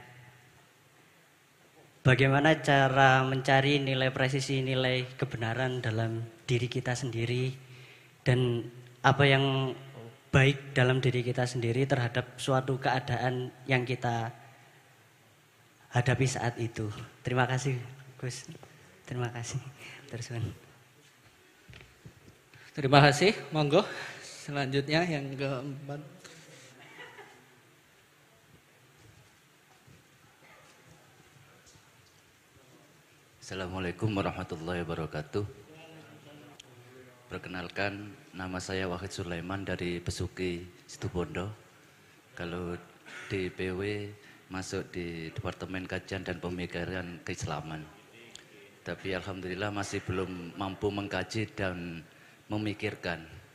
bagaimana cara mencari nilai presisi, nilai kebenaran dalam diri kita sendiri, dan apa yang baik dalam diri kita sendiri terhadap suatu keadaan yang kita hadapi saat itu. Terima kasih Gus. Terima kasih. Terus. Terima kasih. Monggo selanjutnya yang keempat. Assalamualaikum warahmatullahi wabarakatuh. Perkenalkan, nama saya Wahid Sulaiman dari Besuki Situbondo. Kalau di P W masuk di Departemen Kajian dan Pemikiran Keislaman. Tapi alhamdulillah masih belum mampu mengkaji dan memikirkan.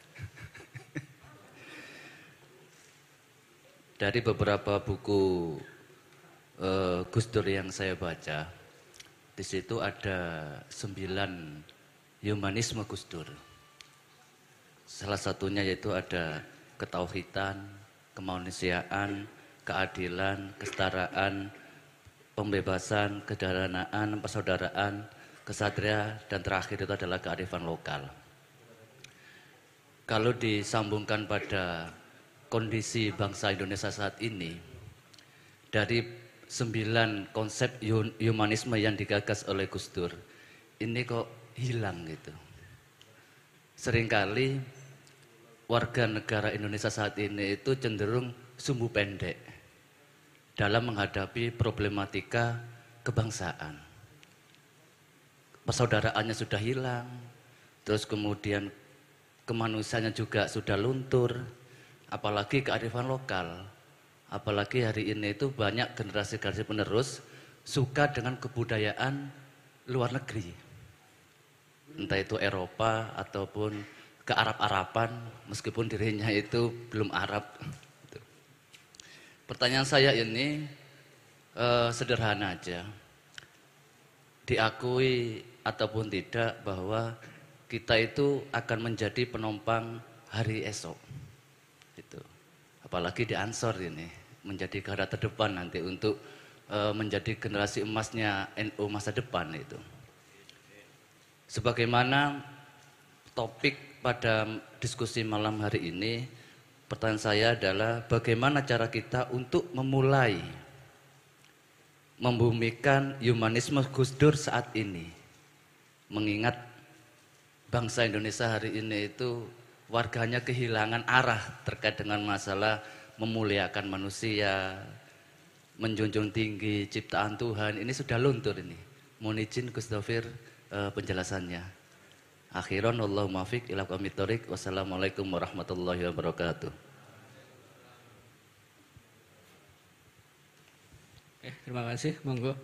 Dari beberapa buku uh, Gus Dur yang saya baca, di situ ada sembilan humanisme Gus Dur. Salah satunya yaitu ada ketauhidan, kemanusiaan, keadilan, kesetaraan, pembebasan, kesederhanaan, persaudaraan, kesatria, dan terakhir itu adalah kearifan lokal. Kalau disambungkan pada kondisi bangsa Indonesia saat ini, dari sembilan konsep humanisme yang digagas oleh Gus Dur ini kok hilang gitu. Seringkali warga negara Indonesia saat ini itu cenderung sumbu pendek dalam menghadapi problematika kebangsaan. Persaudaraannya sudah hilang, terus kemudian kemanusiaannya juga sudah luntur, apalagi kearifan lokal. Apalagi hari ini itu banyak generasi-generasi penerus suka dengan kebudayaan luar negeri. Entah itu Eropa ataupun ke Arab-Araban, meskipun dirinya itu belum Arab. Pertanyaan saya ini eh, sederhana aja. Diakui ataupun tidak bahwa kita itu akan menjadi penompang hari esok. Itu. Apalagi di Ansor ini menjadi garda terdepan nanti untuk e, menjadi generasi emasnya N U masa depan itu. Sebagaimana topik pada diskusi malam hari ini, pertanyaan saya adalah bagaimana cara kita untuk memulai membumikan humanisme Gus Dur saat ini. Mengingat bangsa Indonesia hari ini itu warganya kehilangan arah terkait dengan masalah memuliakan manusia, menjunjung tinggi ciptaan Tuhan. Ini sudah luntur ini. Mohon izin Gus Dofir uh, penjelasannya. Akhiran wallahu muwaffiq ila aqwamit thoriq. Wassalamualaikum warahmatullahi wabarakatuh. Oke, terima kasih. Monggo.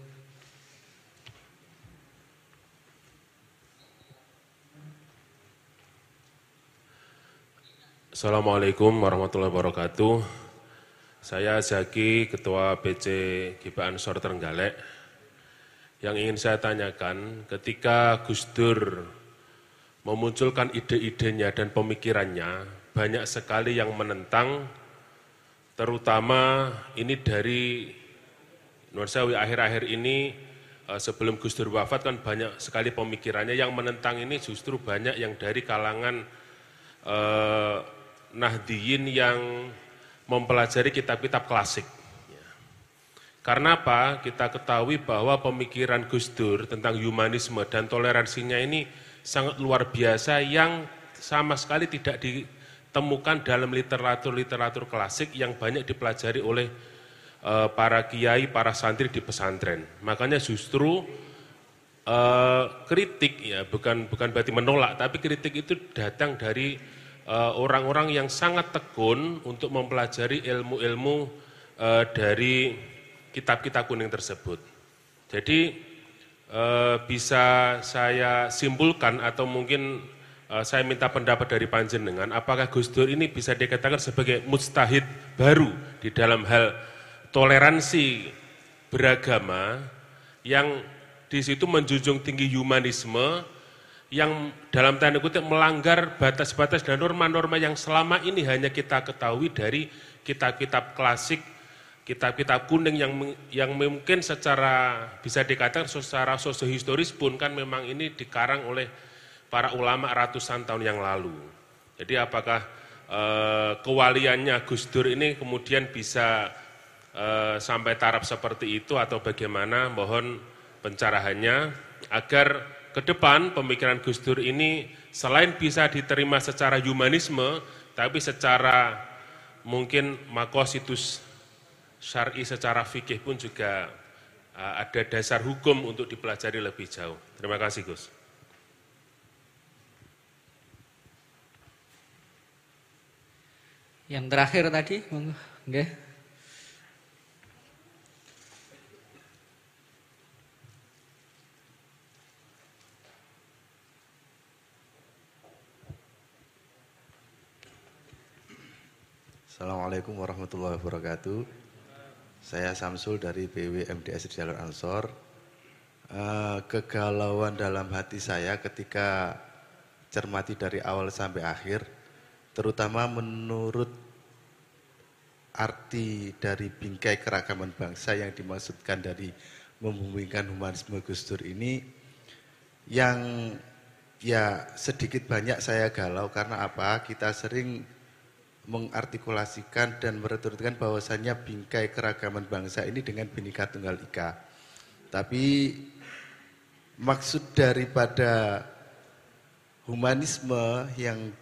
Assalamualaikum warahmatullahi wabarakatuh. Saya Zaki, Ketua B C G P Ansor Trenggalek. Yang ingin saya tanyakan, ketika Gus Dur memunculkan ide-idenya dan pemikirannya, banyak sekali yang menentang, terutama ini dari Nur Sewu akhir-akhir ini, sebelum Gus Dur wafat kan banyak sekali pemikirannya yang menentang ini justru banyak yang dari kalangan eh, Nahdiyin yang mempelajari kitab-kitab klasik. Karena apa? Kita ketahui bahwa pemikiran Gus Dur tentang humanisme dan toleransinya ini sangat luar biasa yang sama sekali tidak ditemukan dalam literatur-literatur klasik yang banyak dipelajari oleh uh, para kiai, para santri di pesantren. Makanya justru uh, kritik ya bukan bukan berarti menolak, tapi kritik itu datang dari orang-orang uh, yang sangat tekun untuk mempelajari ilmu-ilmu uh, dari kitab-kitab kuning tersebut. Jadi uh, bisa saya simpulkan atau mungkin uh, saya minta pendapat dari panjenengan, apakah Gus Dur ini bisa dikatakan sebagai mujtahid baru di dalam hal toleransi beragama yang di situ menjunjung tinggi humanisme, yang dalam tanda kutip melanggar batas-batas dan norma-norma yang selama ini hanya kita ketahui dari kitab-kitab klasik, kitab-kitab kuning yang yang mungkin secara bisa dikatakan secara sosiohistoris pun kan memang ini dikarang oleh para ulama ratusan tahun yang lalu. Jadi apakah eh, kewaliannya Gus Dur ini kemudian bisa eh, sampai taraf seperti itu atau bagaimana, mohon pencerahannya agar ke depan pemikiran Gus Dur ini selain bisa diterima secara humanisme, tapi secara mungkin makositus syar'i secara fikih pun juga uh, ada dasar hukum untuk dipelajari lebih jauh. Terima kasih Gus. Yang terakhir tadi, enggak? Assalamualaikum warahmatullahi wabarakatuh. Saya Samsul dari B W M D S Jalur Ansor. Uh, kegalauan dalam hati saya ketika cermati dari awal sampai akhir, terutama menurut arti dari bingkai keragaman bangsa yang dimaksudkan dari membumikan humanisme Gus Dur ini, yang ya sedikit banyak saya galau karena apa? Kita sering mengartikulasikan dan meretorikkan bahwasannya bingkai keragaman bangsa ini dengan Bhinneka Tunggal Ika. Tapi maksud daripada humanisme yang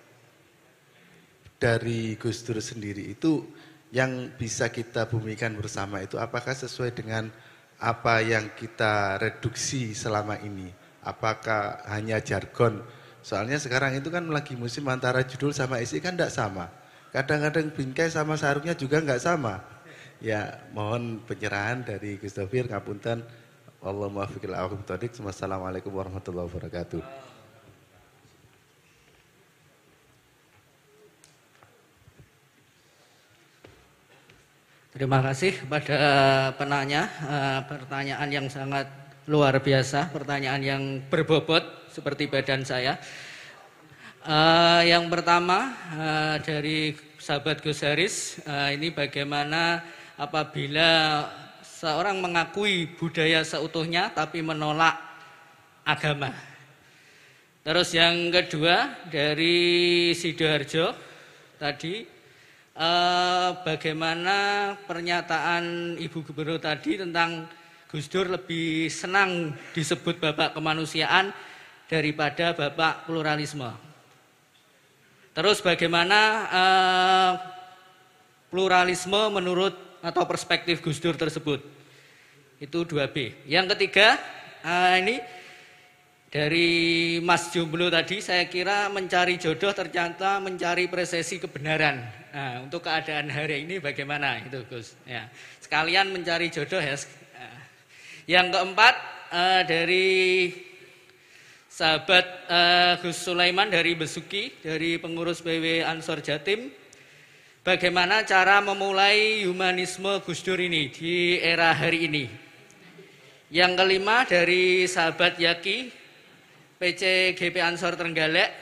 dari Gus Dur sendiri itu yang bisa kita bumikan bersama itu apakah sesuai dengan apa yang kita reduksi selama ini? Apakah hanya jargon? Soalnya sekarang itu kan lagi musim antara judul sama isi kan tidak sama. Kadang-kadang bingkai sama sarungnya juga enggak sama. Ya, mohon pencerahan dari Gus Dofir, ngapunten. Wallahu muwaffiq ila aqwamit thoriq. Wassalamualaikum warahmatullahi wabarakatuh. Terima kasih kepada penanya, pertanyaan yang sangat luar biasa, pertanyaan yang berbobot seperti badan saya. Uh, yang pertama uh, dari sahabat Gus Haris, uh, ini bagaimana apabila seorang mengakui budaya seutuhnya tapi menolak agama. Terus yang kedua dari Sidoarjo tadi, uh, bagaimana pernyataan Ibu Gubernur tadi tentang Gus Dur lebih senang disebut Bapak Kemanusiaan daripada Bapak Pluralisme. Terus bagaimana uh, pluralisme menurut atau perspektif Gus Dur tersebut. Itu dua B. Yang ketiga, uh, ini dari Mas Jomblo tadi, saya kira mencari jodoh ternyata mencari presesi kebenaran. Nah, untuk keadaan hari ini bagaimana itu Gus? Ya, sekalian mencari jodoh ya. Yang keempat, uh, dari sahabat uh, Gus Sulaiman dari Besuki, dari pengurus B W Ansor Jatim, bagaimana cara memulai humanisme Gus Dur ini di era hari ini. Yang kelima dari sahabat Yaki, P C G P Ansor Trenggalek,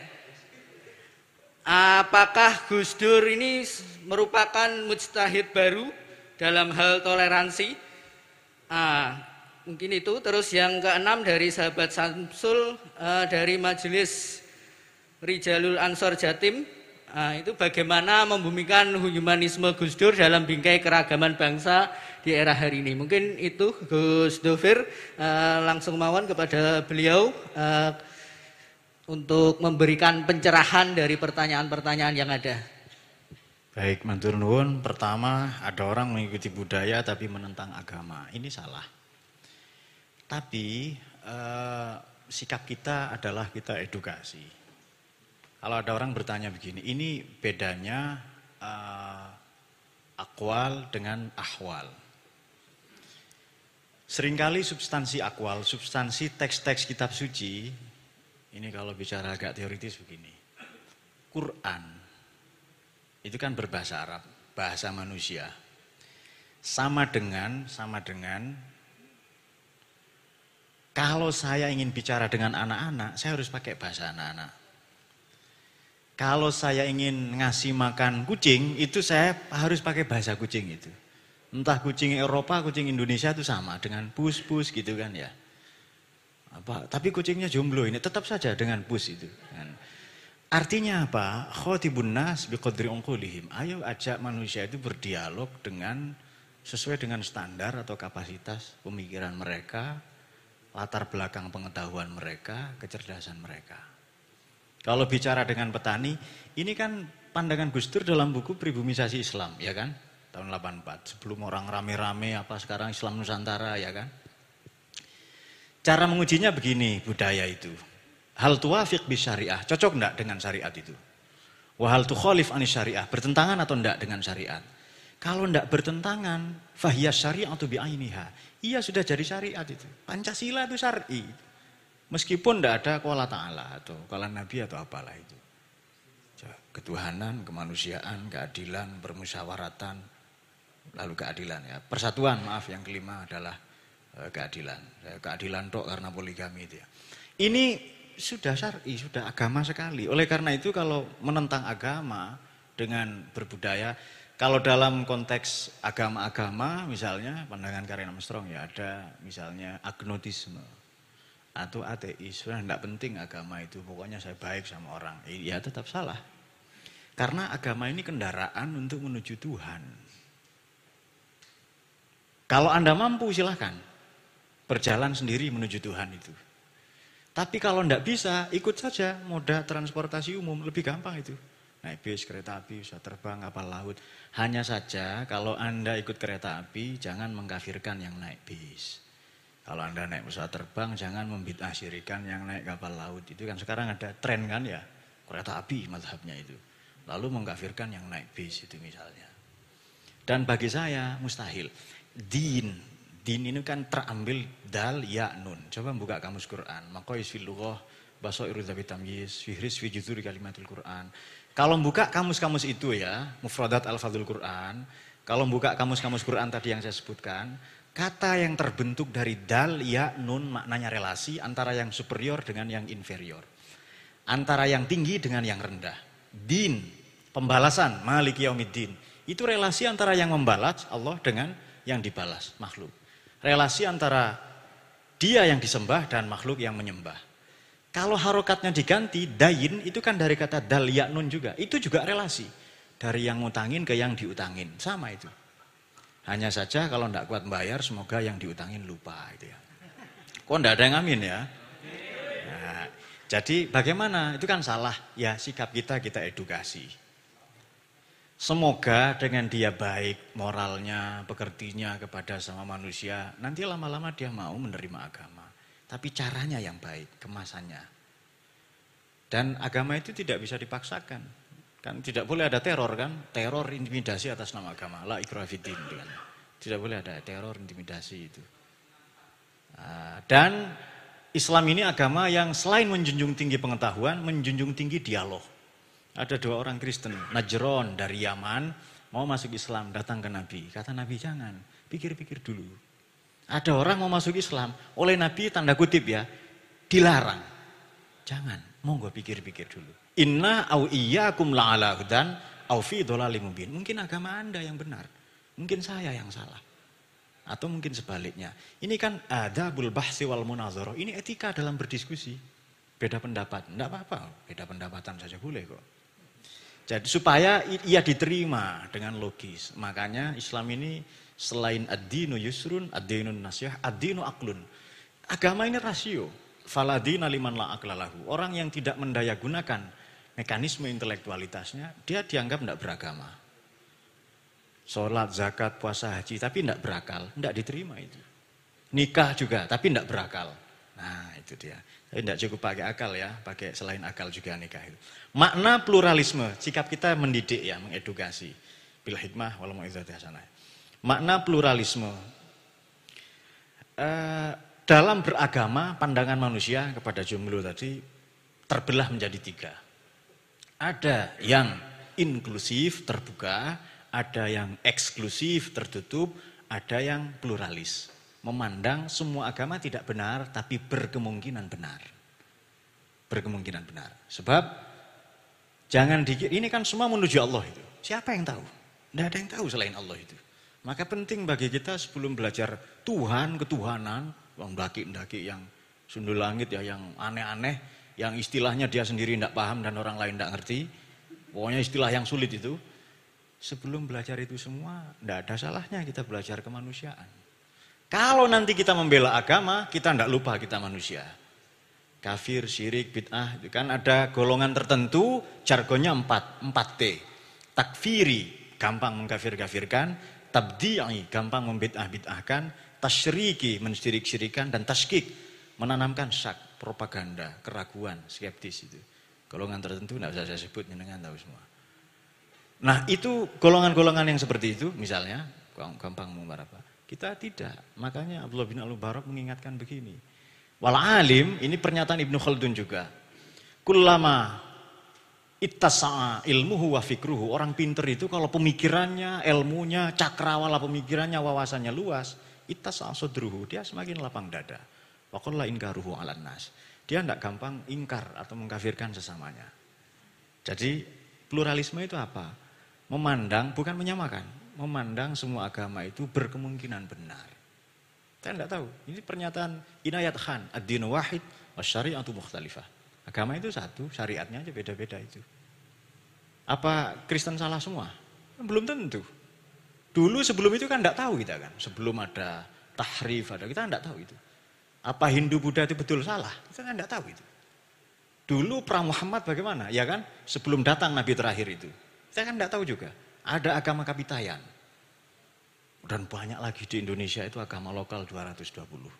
apakah Gus Dur ini merupakan mujtahid baru dalam hal toleransi? Ah, mungkin itu. Terus yang keenam dari sahabat Samsul uh, dari Majelis Rijalul Ansor Jatim, uh, itu bagaimana membumikan humanisme Gus Dur dalam bingkai keragaman bangsa di era hari ini. Mungkin itu Gus Dofir, uh, langsung mawon kepada beliau uh, untuk memberikan pencerahan dari pertanyaan-pertanyaan yang ada. Baik, matur nuwun. Pertama, ada orang mengikuti budaya tapi menentang agama. Ini salah. Tapi eh, sikap kita adalah kita edukasi. Kalau ada orang bertanya begini, ini bedanya eh, akwal dengan ahwal. Seringkali substansi akwal, substansi teks-teks kitab suci, ini kalau bicara agak teoritis begini. Quran, itu kan berbahasa Arab, bahasa manusia. Sama dengan, sama dengan kalau saya ingin bicara dengan anak-anak, saya harus pakai bahasa anak-anak. Kalau saya ingin ngasih makan kucing, itu saya harus pakai bahasa kucing itu. Entah kucing Eropa, kucing Indonesia itu sama dengan pus-pus gitu kan ya. Apa? Tapi kucingnya jomblo ini tetap saja dengan pus itu. Kan. Artinya apa? Khotibun nas biqadri unqulihim. Ayo ajak manusia itu berdialog dengan sesuai dengan standar atau kapasitas pemikiran mereka, latar belakang pengetahuan mereka, kecerdasan mereka. Kalau bicara dengan petani, ini kan pandangan Gus Dur dalam buku Pribumisasi Islam, ya kan? Tahun delapan puluh empat, sebelum orang rame-rame apa sekarang Islam Nusantara, ya kan? Cara mengujinya begini, budaya itu. Hal tuwafiq bis syariah, cocok enggak dengan syariat itu? Wa hal tukhalif anis syariah, bertentangan atau enggak dengan syariat? Kalau enggak bertentangan, fahiyas syari'atu bi'ainiha. Iya sudah jadi syariat itu. Pancasila itu syar'i. Meskipun enggak ada qala ta'ala atau qala nabi atau apalah itu. Ketuhanan, kemanusiaan, keadilan, permusyawaratan, lalu keadilan ya. Persatuan, maaf yang kelima adalah eh, keadilan. Keadilan tok karena poligami itu ya. Ini sudah syar'i, sudah agama sekali. Oleh karena itu kalau menentang agama dengan berbudaya, kalau dalam konteks agama-agama misalnya pandangan Karen Armstrong ya ada misalnya agnotisme atau ateis. Sudah tidak penting agama itu, pokoknya saya baik sama orang. Ya tetap salah. Karena agama ini kendaraan untuk menuju Tuhan. Kalau Anda mampu silahkan berjalan sendiri menuju Tuhan itu. Tapi kalau tidak bisa, ikut saja moda transportasi umum, lebih gampang itu. Naik bis, kereta api, bisa terbang, kapal laut. Hanya saja kalau Anda ikut kereta api, jangan mengkafirkan yang naik bis. Kalau Anda naik pesawat terbang, jangan membidasyirikan yang naik kapal laut. Itu kan sekarang ada tren kan ya, kereta api mazhabnya itu. Lalu mengkafirkan yang naik bis itu misalnya. Dan bagi saya mustahil. Din. Din ini kan terambil dal ya nun. Coba buka kamus Quran. Maqais fil lughah, basairu dzabit tamyiz, fihris fi juzuri kalimatul Quran. Kalau buka kamus-kamus itu ya, mufradat al-fadhul Quran, kalau buka kamus-kamus Quran tadi yang saya sebutkan, kata yang terbentuk dari dal ya nun maknanya relasi antara yang superior dengan yang inferior. Antara yang tinggi dengan yang rendah. Din, pembalasan, maliki yaumiddin. Itu relasi antara yang membalas Allah dengan yang dibalas makhluk. Relasi antara dia yang disembah dan makhluk yang menyembah. Kalau harokatnya diganti, dayin itu kan dari kata dal ya nun juga. Itu juga relasi. Dari yang ngutangin ke yang diutangin. Sama itu. Hanya saja kalau tidak kuat bayar, semoga yang diutangin lupa. Itu ya. Kok tidak ada yang amin ya? Nah, jadi bagaimana? Itu kan salah. Ya sikap kita, kita edukasi. Semoga dengan dia baik moralnya, pekertinya kepada sama manusia, nanti lama-lama dia mau menerima agama. Tapi caranya yang baik, kemasannya. Dan agama itu tidak bisa dipaksakan. Kan tidak boleh ada teror kan, teror intimidasi atas nama agama. La ikraha fiddin kan. Tidak boleh ada teror intimidasi itu. Dan Islam ini agama yang selain menjunjung tinggi pengetahuan, menjunjung tinggi dialog. Ada dua orang Kristen, Najron dari Yaman, mau masuk Islam, datang ke Nabi. Kata Nabi, jangan, pikir-pikir dulu. Ada orang mau masuk Islam, oleh Nabi tanda kutip ya, dilarang. Jangan, monggo pikir-pikir dulu. Inna au iyyakum la'ala hudan au fi dhalalim mubin. Mungkin agama Anda yang benar, mungkin saya yang salah. Atau mungkin sebaliknya. Ini kan adabul bahsi wal munazarah. Ini etika dalam berdiskusi. Beda pendapat, enggak apa-apa, beda pendapatan saja boleh kok. Jadi supaya ia diterima dengan logis. Makanya Islam ini selain ad-dinu yusrun, ad-dinun nasyah, ad-dinu aklun. Agama ini rasio. Faladina liman la aklalahu. Orang yang tidak mendaya gunakan mekanisme intelektualitasnya, dia dianggap tidak beragama. Sholat, zakat, puasa, haji, tapi tidak berakal. Tidak diterima itu. Nikah juga, tapi tidak berakal. Nah itu dia. Tapi tidak cukup pakai akal ya, pakai selain akal juga nikah itu. Makna pluralisme, sikap kita mendidik ya, mengedukasi. Bil hikmah wal mau'izati hasanah. Makna pluralisme. E, dalam beragama, pandangan manusia kepada jomblo tadi terbelah menjadi tiga. Ada yang inklusif, terbuka, ada yang eksklusif, tertutup, ada yang pluralis. Memandang semua agama tidak benar, tapi berkemungkinan benar. Berkemungkinan benar. Sebab, jangan dikira, ini kan semua menuju Allah itu. Siapa yang tahu? Tidak ada yang tahu selain Allah itu. Maka penting bagi kita sebelum belajar Tuhan, ketuhanan, mendaki-mendaki yang sundul langit ya, yang aneh-aneh, yang istilahnya dia sendiri tidak paham dan orang lain tidak ngerti. Pokoknya istilah yang sulit itu. Sebelum belajar itu semua, tidak ada salahnya kita belajar kemanusiaan. Kalau nanti kita membela agama, kita tidak lupa kita manusia. Kafir, syirik, bid'ah, itu kan ada golongan tertentu, jargonnya empat, empat T. Takfiri, gampang mengkafir-kafirkan. Tabdi'i, gampang membid'ah-bid'ahkan. Tasyriki, mensyirik-syirikan. Dan taskik, menanamkan syak, propaganda, keraguan, skeptis itu. Golongan tertentu tidak usah saya sebut, jenengan tahu semua. Nah itu golongan-golongan yang seperti itu misalnya, gampang mengumbar apa. Kita tidak, makanya Abdullah bin Al-Mubarak mengingatkan begini. Wal alim, ini pernyataan Ibnu Khaldun juga. Kullama ittasa'a ilmuhu wa fikruhu. Orang pinter itu kalau pemikirannya, ilmunya, cakrawala pemikirannya, wawasannya luas. Ittasa'a sodruhu, dia semakin lapang dada. Wa qalla inkaruhu alan nas. Dia tidak gampang ingkar atau mengkafirkan sesamanya. Jadi pluralisme itu apa? Memandang, bukan menyamakan. Memandang semua agama itu berkemungkinan benar. Saya tidak tahu. Ini pernyataan Inayat Khan. Ad-dinu wahid wa syari'atu mukhtalifah. Agama itu satu, syariatnya aja beda-beda itu. Apa Kristen salah semua? Belum tentu. Dulu sebelum itu kan tidak tahu kita kan. Sebelum ada tahrif, ada kita tidak tahu itu. Apa Hindu Buddha itu betul salah? Kita kan tidak tahu itu. Dulu pra Muhammad bagaimana? Ya kan? Sebelum datang Nabi terakhir itu. Kita kan tidak tahu juga. Ada agama Kapitayan. Dan banyak lagi di Indonesia itu agama lokal dua ratus dua puluh.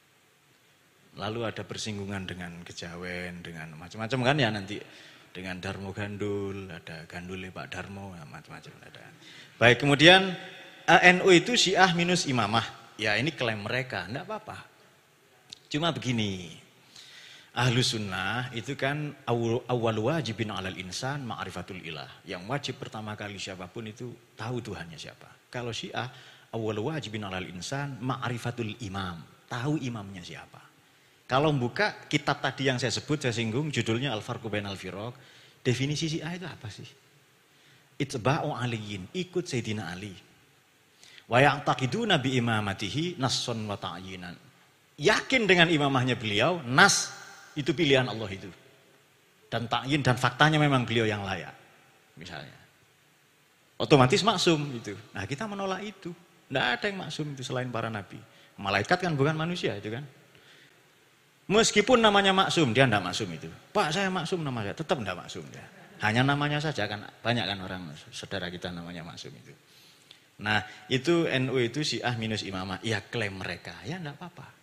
Lalu ada persinggungan dengan Kejawen, dengan macam-macam kan ya nanti. Dengan Darmo Gandul, ada Gandule Pak Darmo, macam-macam ada. Baik, kemudian N U itu Syiah minus imamah. Ya ini klaim mereka, tidak apa-apa. Cuma begini. Ahlu sunnah itu kan awal wajibin alal insan ma'rifatul ilah. Yang wajib pertama kali siapapun itu tahu Tuhannya siapa. Kalau Syiah awal wajibin alal insan ma'rifatul imam. Tahu imamnya siapa. Kalau membuka kitab tadi yang saya sebut, saya singgung judulnya Al-Farqu Bainal Firaq. Definisi Syiah itu apa sih? Itba'u aliyin, ikut Sayyidina Ali. Wa ya'taqiduna bi imamatihi nasson wa ta'yinan. Yakin dengan imamahnya beliau, nas itu pilihan Allah itu. Dan ta'yin dan faktanya memang beliau yang layak. Misalnya. Otomatis maksum itu. Nah kita menolak itu. Tidak ada yang maksum itu selain para nabi. Malaikat kan bukan manusia itu kan. Meskipun namanya maksum, dia tidak maksum itu. Pak saya maksum namanya, tetap tidak maksum dia. Hanya namanya saja kan, banyak kan orang saudara kita namanya maksum itu. Nah itu N U itu Syiah minus imamah. Ya klaim mereka, ya tidak apa-apa.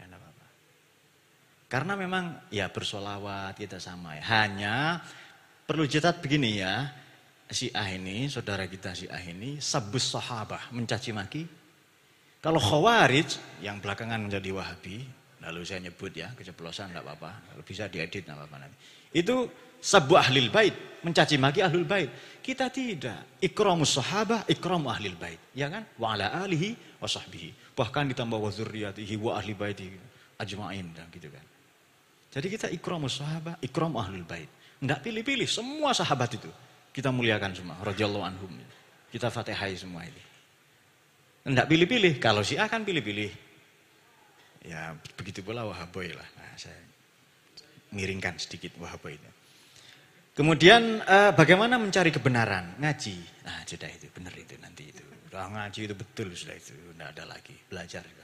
Karena memang ya bersolawat kita sama ya. Hanya perlu catat begini ya. Syiah ini, saudara kita Syiah ini sabus sahabah, mencaci maki. Kalau Khawarij yang belakangan menjadi Wahabi, lalu saya nyebut ya, keceplosan enggak apa-apa, kalau bisa diedit enggak apa-apa nanti. Itu sabu ahlil bait, mencaci maki ahlul bait. Kita tidak. Ikramus sahabah, ikramu ahlil bait, ya kan? Wa ala alihi wa sahbihi. Bahkan ditambah wa dzurriyyatihi wa ahli baitihi ajmain dan gitu kan. Jadi kita ikramus sahabah, ikram ahlul bait. Enggak pilih-pilih, semua sahabat itu kita muliakan semua, radhiyallahu anhum. Kita fatihai semua itu. Enggak pilih-pilih, kalau Syiah kan pilih-pilih. Ya begitu pula Wahaboy lah. Nah, saya miringkan sedikit Wahaboy itu. Kemudian eh, bagaimana mencari kebenaran? Ngaji. Nah sudah itu, benar itu nanti itu. Udah ngaji itu betul sudah itu, enggak ada lagi, belajar juga.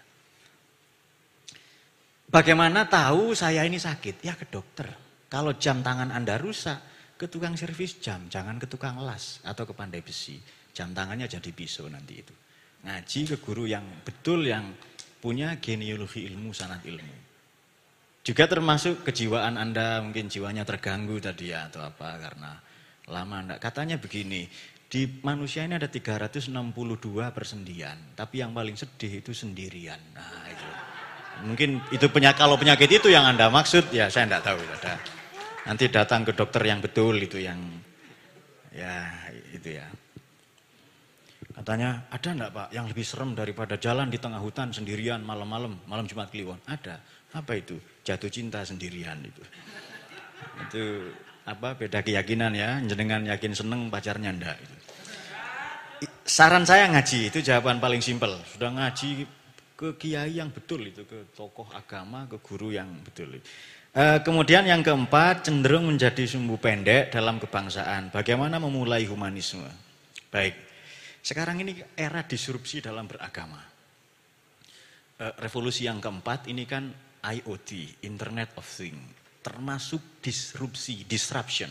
Bagaimana tahu saya ini sakit? Ya ke dokter. Kalau jam tangan Anda rusak, ke tukang servis jam, jangan ke tukang las atau ke pandai besi. Jam tangannya jadi pisau nanti itu. Ngaji ke guru yang betul, yang punya genealogi ilmu, sanad ilmu. Juga termasuk kejiwaan Anda, mungkin jiwanya terganggu tadi ya atau apa karena lama enggak. Katanya begini, di manusia ini ada tiga ratus enam puluh dua persendian, tapi yang paling sedih itu sendirian. Nah itu. Mungkin itu penyakit, kalau penyakit itu yang Anda maksud, ya saya enggak tahu. Ada. Nanti datang ke dokter yang betul itu yang, ya itu ya. Katanya, ada enggak Pak yang lebih serem daripada jalan di tengah hutan sendirian malam-malam, malam Jumat Kliwon? Ada. Apa itu? Jatuh cinta sendirian itu. Itu apa beda keyakinan ya, jenengan yakin seneng pacarnya enggak itu. Saran saya ngaji, itu jawaban paling simpel. Sudah ngaji ke kiai yang betul itu, ke tokoh agama, ke guru yang betul. Uh, kemudian yang keempat, cenderung menjadi sumbu pendek dalam kebangsaan. Bagaimana memulai humanisme? Baik, sekarang ini era disrupsi dalam beragama. Uh, revolusi yang keempat ini kan I O T, Internet of Things, termasuk disrupsi, disruption.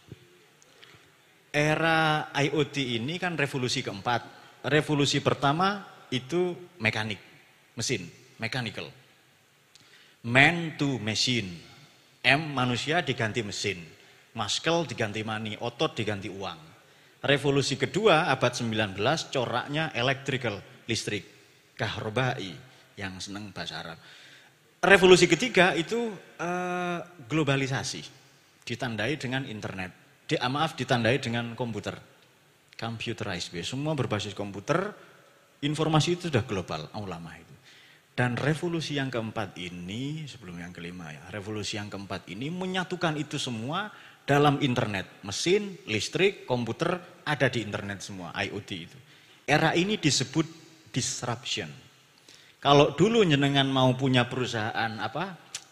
Era I O T ini kan revolusi keempat. Revolusi pertama itu mekanik, mesin, mechanical. Man to machine. M manusia diganti mesin, muscle diganti money, otot diganti uang. Revolusi kedua abad sembilan belas coraknya electrical, listrik, kahrobai yang seneng bahasa Arab. Revolusi ketiga itu eh, globalisasi, ditandai dengan internet. Di, ah, maaf, ditandai dengan komputer, computerized, semua berbasis komputer, informasi itu sudah global, ulama itu. Dan revolusi yang keempat ini, sebelum yang kelima ya, revolusi yang keempat ini menyatukan itu semua dalam internet. Mesin, listrik, komputer ada di internet semua, I O T itu. Era ini disebut disruption. Kalau dulu jenengan mau punya perusahaan apa,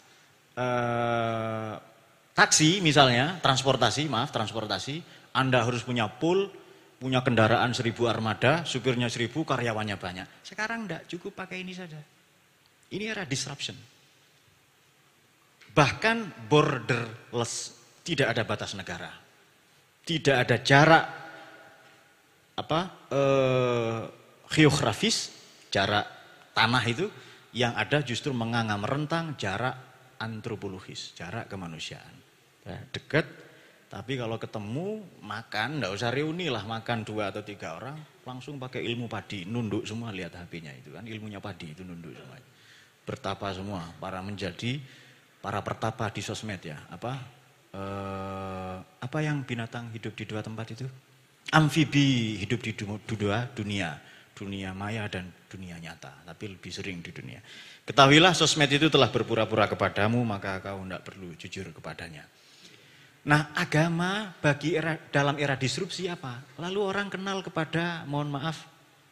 eh, taksi misalnya, transportasi, maaf transportasi, Anda harus punya pool, punya kendaraan seribu armada, supirnya seribu, karyawannya banyak. Sekarang enggak, cukup pakai ini saja. Ini era disruption. Bahkan borderless, tidak ada batas negara. Tidak ada jarak apa eh, geografis, jarak tanah itu, yang ada justru menganga merentang jarak antropologis, jarak kemanusiaan. Ya, dekat, tapi kalau ketemu makan, enggak usah reuni lah, makan dua atau tiga orang, langsung pakai ilmu padi, nunduk semua, lihat H P-nya itu kan, ilmunya padi itu nunduk semua. Bertapa semua, para menjadi para pertapa di sosmed ya. Apa eh, apa yang binatang hidup di dua tempat itu? Amfibi hidup di dua dunia, dunia maya dan dunia nyata, tapi lebih sering di dunia. Ketahuilah sosmed itu telah berpura-pura kepadamu, maka kau tidak perlu jujur kepadanya. Nah, agama bagi era, dalam era disrupsi apa? Lalu orang kenal kepada, mohon maaf,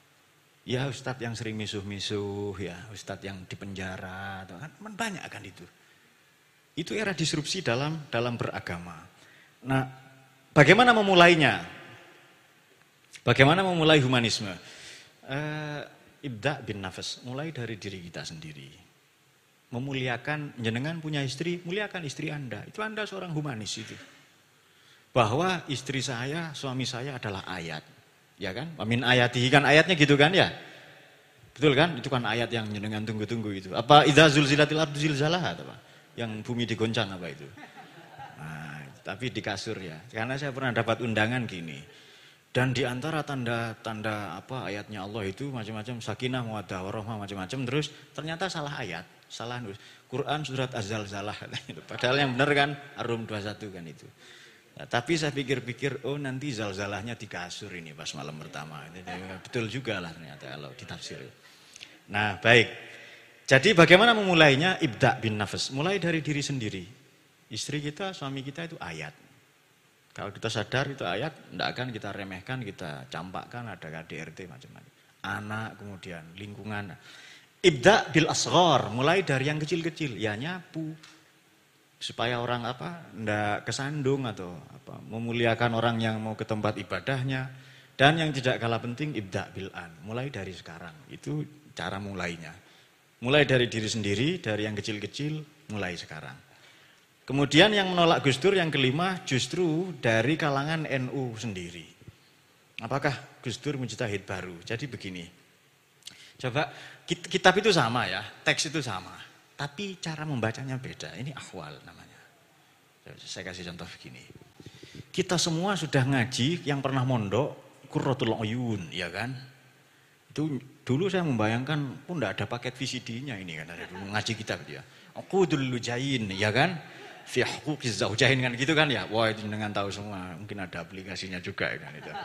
ya ustadz yang sering misuh-misuh, ya ustadz yang dipenjara, kan banyak kan itu. Itu era disrupsi dalam dalam beragama. Nah, bagaimana memulainya? Bagaimana memulai humanisme? Uh, Ibda bin nafas, mulai dari diri kita sendiri. Memuliakan, jenengan punya istri, muliakan istri Anda. Itu Anda seorang humanis itu. Bahwa istri saya, suami saya adalah ayat. Ya kan? Amin ayatihi kan ayatnya gitu kan ya? Betul kan? Itu kan ayat yang jenengan tunggu-tunggu itu. Apa idza zulzilatil ardu zilzalaha apa? Yang bumi digoncang apa itu? Nah, tapi di kasur ya. Karena saya pernah dapat undangan gini. Dan di antara tanda-tanda apa ayatnya Allah itu macam-macam, sakinah, mawaddah, warahmah, macam-macam, terus ternyata salah ayat, salah nulis. Quran surat Az-Zalzalah gitu. Padahal yang benar kan Ar-Rum dua puluh satu kan itu. Nah, tapi saya pikir-pikir, oh nanti zalzalahnya di kasur ini pas malam pertama. Betul juga lah ternyata kalau ditafsir. Nah baik, jadi bagaimana memulainya? Ibda bin nafas, mulai dari diri sendiri. Istri kita, suami kita itu ayat. Kalau kita sadar itu ayat, tidak akan kita remehkan, kita campakkan, ada K D R T macam-macam. Anak kemudian, lingkungan. Ibda bil asghar, mulai dari yang kecil-kecil, ya nyapu. Supaya orang apa ndak kesandung atau apa, memuliakan orang yang mau ke tempat ibadahnya. Dan yang tidak kalah penting ibda bil'an, mulai dari sekarang. Itu cara mulainya. Mulai dari diri sendiri, dari yang kecil-kecil, mulai sekarang. Kemudian yang menolak Gus Dur yang kelima justru dari kalangan N U sendiri. Apakah Gus Dur mujtahid baru? Jadi begini. Coba kitab itu sama ya, teks itu sama. Tapi cara membacanya beda, ini ahwal namanya. Saya kasih contoh begini. Kita semua sudah ngaji, yang pernah mondok, Qurratul Uyun, ya kan? Itu dulu saya membayangkan, pun enggak ada paket V C D-nya ini kan, ada dulu ngaji kitab dia. Qudul Lujain, ya kan? Fi huquqiz zaujain kan gitu kan ya. Wah, itu dengan tahu semua, mungkin ada aplikasinya juga kan itu.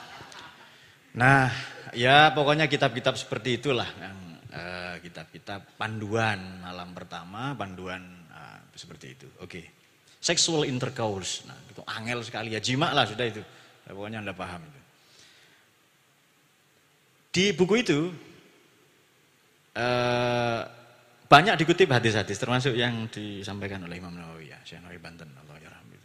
Nah, ya pokoknya kitab-kitab seperti itulah yang Uh, kitab-kitab panduan malam pertama, panduan uh, seperti itu. Oke, okay. Sexual intercourse, nah itu angel sekali ya, jima lah sudah itu. Ya, pokoknya Anda paham itu. Di buku itu eh, banyak dikutip hadis-hadis termasuk yang disampaikan oleh Imam Nawawi ya, Syekh Nawawi Banten Allah ya rahmat.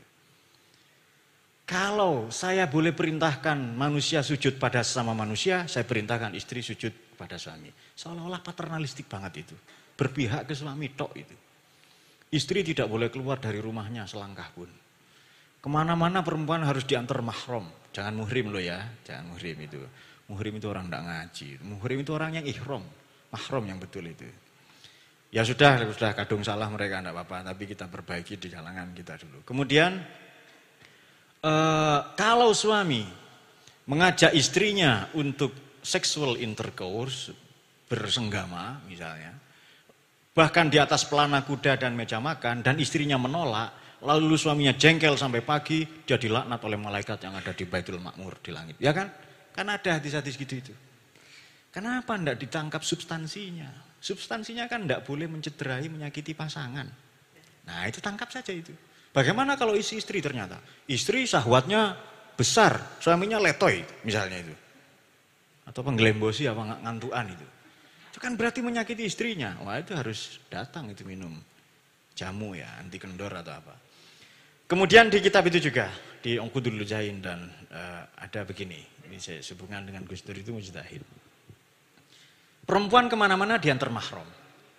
Kalau saya boleh perintahkan manusia sujud pada sesama manusia, saya perintahkan istri sujud pada suami. Seolah-olah paternalistik banget itu. Berpihak ke suami tok itu. Istri tidak boleh keluar dari rumahnya selangkah pun. Kemana-mana perempuan harus diantar mahram. Jangan muhrim loh ya, jangan muhrim itu. Muhrim itu orang tidak ngaji. Muhrim itu orang yang ihram. Mahram yang betul itu. Ya sudah, sudah kadung salah mereka tidak apa-apa. Tapi kita perbaiki di kalangan kita dulu. Kemudian Uh, kalau suami mengajak istrinya untuk sexual intercourse, bersenggama misalnya, bahkan di atas pelana kuda dan meja makan, dan istrinya menolak, lalu suaminya jengkel sampai pagi, dia dilaknat oleh malaikat yang ada di Baitul Ma'mur di langit. Ya kan? Kan ada hadis-hadis gitu itu. Kenapa tidak ditangkap substansinya? Substansinya kan tidak boleh mencederai, menyakiti pasangan. Nah itu tangkap saja itu. Bagaimana kalau isi istri ternyata? Istri syahwatnya besar, suaminya letoy misalnya itu. Atau penggelembosi apa ngantuan itu. Itu kan berarti menyakiti istrinya. Wah itu harus datang itu minum jamu ya, anti kendor atau apa. Kemudian di kitab itu juga, di Ungqudul Lujain dan uh, ada begini. Ini saya hubungan dengan Gus Dur itu mujtahid. Perempuan kemana-mana diantar mahram.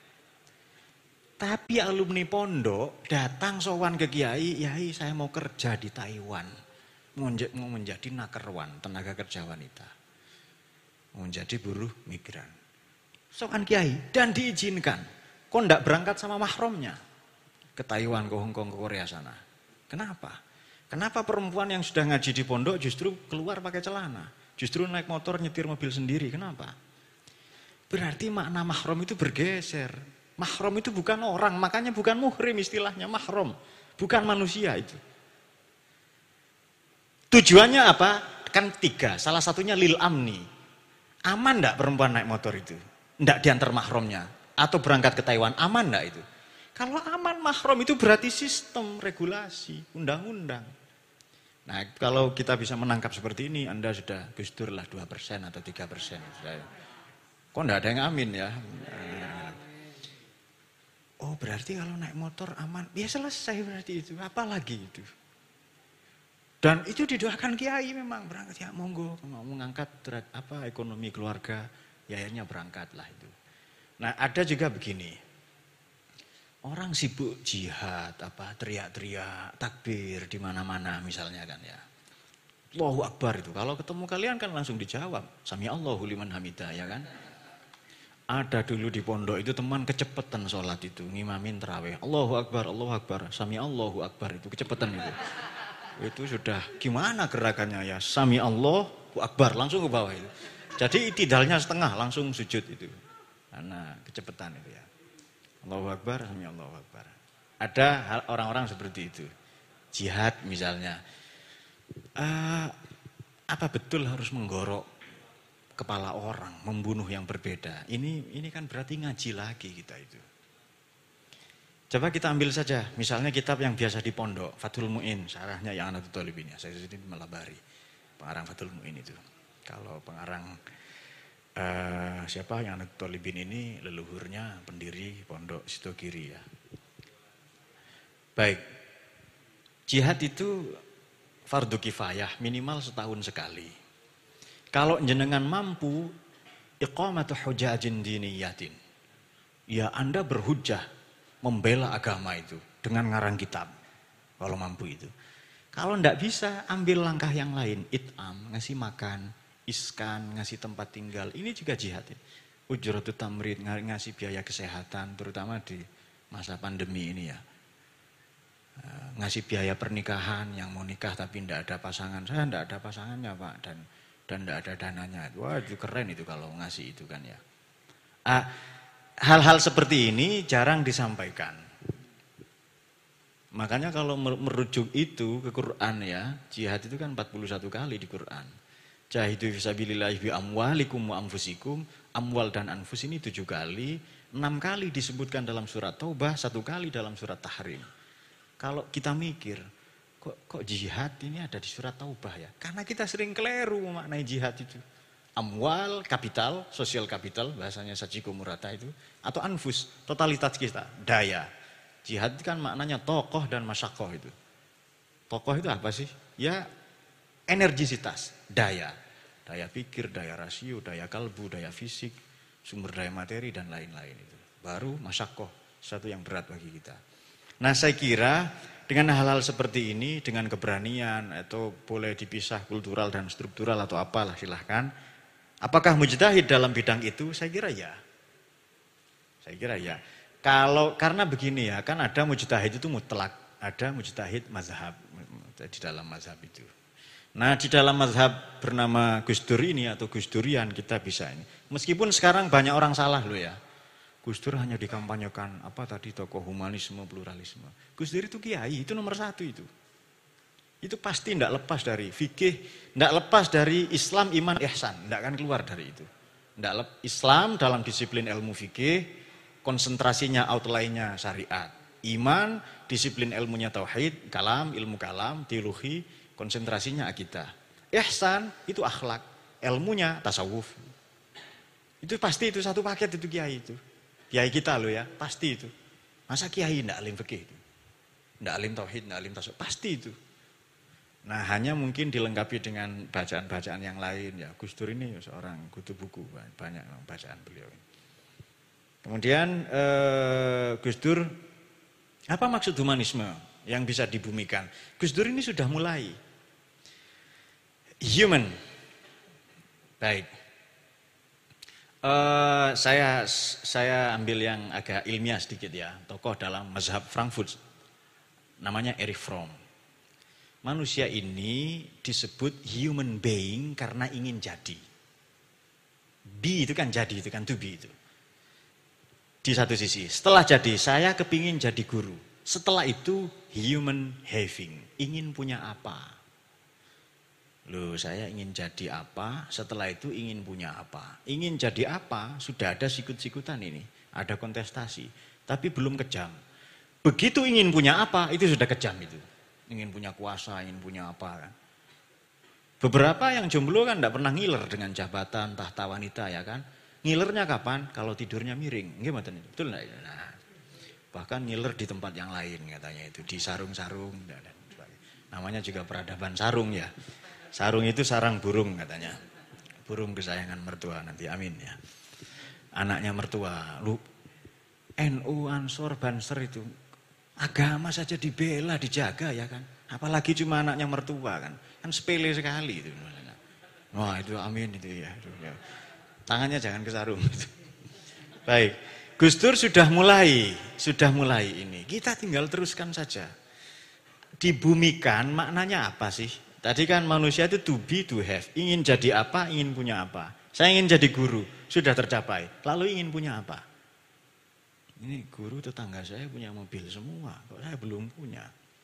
Tapi alumni pondok datang sowan ke kiai, "Yai, saya mau kerja di Taiwan. Mau menjadi nakerwan, tenaga kerja wanita. Mau menjadi buruh migran." Sowan kiai dan diizinkan. Kok enggak berangkat sama mahramnya ke Taiwan, ke Hong Kong, ke Korea sana? Kenapa? Kenapa perempuan yang sudah ngaji di pondok justru keluar pakai celana? Justru naik motor nyetir mobil sendiri. Kenapa? Berarti makna mahram itu bergeser. Mahram itu bukan orang, makanya bukan muhrim istilahnya, mahram. Bukan manusia itu. Tujuannya apa? Kan tiga, salah satunya lil amni. Aman enggak perempuan naik motor itu? Enggak diantar mahramnya. Atau berangkat ke Taiwan, aman enggak itu? Kalau aman mahram itu berarti sistem, regulasi, undang-undang. Nah kalau kita bisa menangkap seperti ini, Anda sudah Gus Dur lah dua persen atau tiga persen. Kok enggak ada yang amin ya? Oh berarti kalau naik motor aman, ya selesai berarti itu, apalagi itu. Dan itu didoakan kiai memang berangkat, ya monggo, mau mengangkat apa ekonomi keluarga, ya akhirnya berangkatlah itu. Nah ada juga begini, orang sibuk jihad, apa teriak-teriak, takbir di mana-mana misalnya kan ya. Allahu Akbar itu, kalau ketemu kalian kan langsung dijawab, Sami Allahu liman hamidah ya kan. Ada dulu di pondok itu teman kecepetan sholat itu, ngimamin terawih. Allahu Akbar, Allahu Akbar, Sami Allahu Akbar itu kecepetan itu. Itu sudah gimana gerakannya ya, Sami Allahu Akbar langsung ke bawah itu. Jadi itidalnya setengah langsung sujud itu. Karena kecepetan itu ya. Allahu Akbar, Sami Allahu Akbar. Ada orang-orang seperti itu. Jihad misalnya. Uh, apa betul harus menggorok kepala orang, membunuh yang berbeda. Ini ini kan berarti ngaji lagi kita itu. Coba kita ambil saja, misalnya kitab yang biasa di pondok, Fathul Mu'in, syarahnya yang Anatul Thalibin ya, saya sendiri melabari pengarang Fathul Mu'in itu. Kalau pengarang uh, siapa yang Anatul Thalibin ini leluhurnya pendiri pondok Sitogiri ya. Baik, jihad itu fardu kifayah, minimal setahun sekali. Kalau jenengan mampu iqamatu hujajin diniyatin. Ya Anda berhujah membela agama itu dengan ngarang kitab. Kalau mampu itu. Kalau enggak bisa ambil langkah yang lain, it'am, ngasih makan, iskan, ngasih tempat tinggal. Ini juga jihad. Ya. Ujratut tamrid, ngasih biaya kesehatan terutama di masa pandemi ini ya. Ngasih biaya pernikahan yang mau nikah tapi enggak ada pasangan. Saya enggak ada pasangannya, Pak, dan dan tidak ada dananya. Wah itu keren itu kalau ngasih itu kan ya. Ah, hal-hal seperti ini jarang disampaikan. Makanya kalau merujuk itu ke Quran ya, jihad itu kan empat puluh satu kali di Quran. Jahidu fisabilillahi bi amwalikum wa anfusikum, amwal dan anfus ini tujuh kali, enam kali disebutkan dalam surat Taubah, satu kali dalam surat Tahrim. Kalau kita mikir, Kok, kok jihad ini ada di surat Taubah ya? Karena kita sering keliru memaknai jihad itu. amwal, kapital, sosial kapital, bahasanya Sachiko Murata itu, atau anfus, totalitas kita, daya. Jihad kan maknanya tokoh dan masyakoh itu. Tokoh itu apa sih? Ya energisitas, daya. Daya pikir, daya rasio, daya kalbu, daya fisik, sumber daya materi, dan lain-lain itu. Baru masyakoh, satu yang berat bagi kita. Nah saya kira dengan hal-hal seperti ini, dengan keberanian, atau boleh dipisah kultural dan struktural atau apalah silahkan. Apakah mujtahid dalam bidang itu? Saya kira ya. Saya kira ya. Kalau karena begini ya, kan ada mujtahid itu mutlak, ada mujtahid mazhab di dalam mazhab itu. Nah, di dalam mazhab bernama Gus Dur ini atau Gus Durian kita bisa ini. Meskipun sekarang banyak orang salah loh ya. Gus Dur hanya dikampanyekan apa tadi tokoh humanisme, pluralisme. Gus Dur itu kiai, itu nomor satu itu. Itu pasti tidak lepas dari fikih, tidak lepas dari Islam, iman, ihsan, tidak akan keluar dari itu. Tidak lep, Islam dalam disiplin ilmu fikih, konsentrasinya outline-nya syariat. Iman, disiplin ilmunya tauhid, kalam, ilmu kalam, teologi, konsentrasinya akidah. Ihsan itu akhlak, ilmunya tasawuf. Itu pasti itu satu paket itu kiai itu. Kiai kita loh ya, pasti itu. Masa kiai tidak alim fikih itu? Tidak alim tauhid, tidak alim tasawuf, pasti itu. Nah hanya mungkin dilengkapi dengan bacaan-bacaan yang lain ya. Gus Dur ini seorang kutu buku, banyak bacaan beliau. Kemudian eh, Gus Dur, apa maksud humanisme yang bisa dibumikan? Gus Dur ini sudah mulai. Human. Baik. Eh, saya saya ambil yang agak ilmiah sedikit ya. Tokoh dalam mazhab Frankfurt. Namanya Erich Fromm. Manusia ini disebut human being karena ingin jadi. Be itu kan jadi, itu kan to be itu. Di satu sisi, setelah jadi saya kepingin jadi guru. Setelah itu human having, ingin punya apa. Loh saya ingin jadi apa, setelah itu ingin punya apa. Ingin jadi apa, sudah ada sikut-sikutan ini, ada kontestasi. Tapi belum kejam. Begitu ingin punya apa, itu sudah kejam itu. Ingin punya kuasa, ingin punya apa kan. Beberapa yang jomblo kan tidak pernah ngiler dengan jabatan, tahta wanita ya kan. Ngilernya kapan? Kalau tidurnya miring. Gimana itu? Betul enggak? Nah, bahkan ngiler di tempat yang lain katanya itu. Di sarung-sarung. Namanya juga peradaban sarung ya. Sarung itu sarang burung katanya. Burung kesayangan mertua nanti, amin ya. Anaknya mertua. Lu N U, Ansor, Banser itu. Agama saja dibela, dijaga ya kan. Apalagi cuma anaknya mertua kan. Kan sepele sekali itu. Wah itu amin itu ya. Itu, ya. Tangannya jangan ke sarung. Baik. Gus Dur sudah mulai. Sudah mulai ini. Kita tinggal teruskan saja. Dibumikan maknanya apa sih? Tadi kan manusia itu to be, to have. Ingin jadi apa, ingin punya apa. Saya ingin jadi guru. Sudah tercapai. Lalu ingin punya apa? Ini guru tetangga saya punya mobil semua, kok saya belum punya.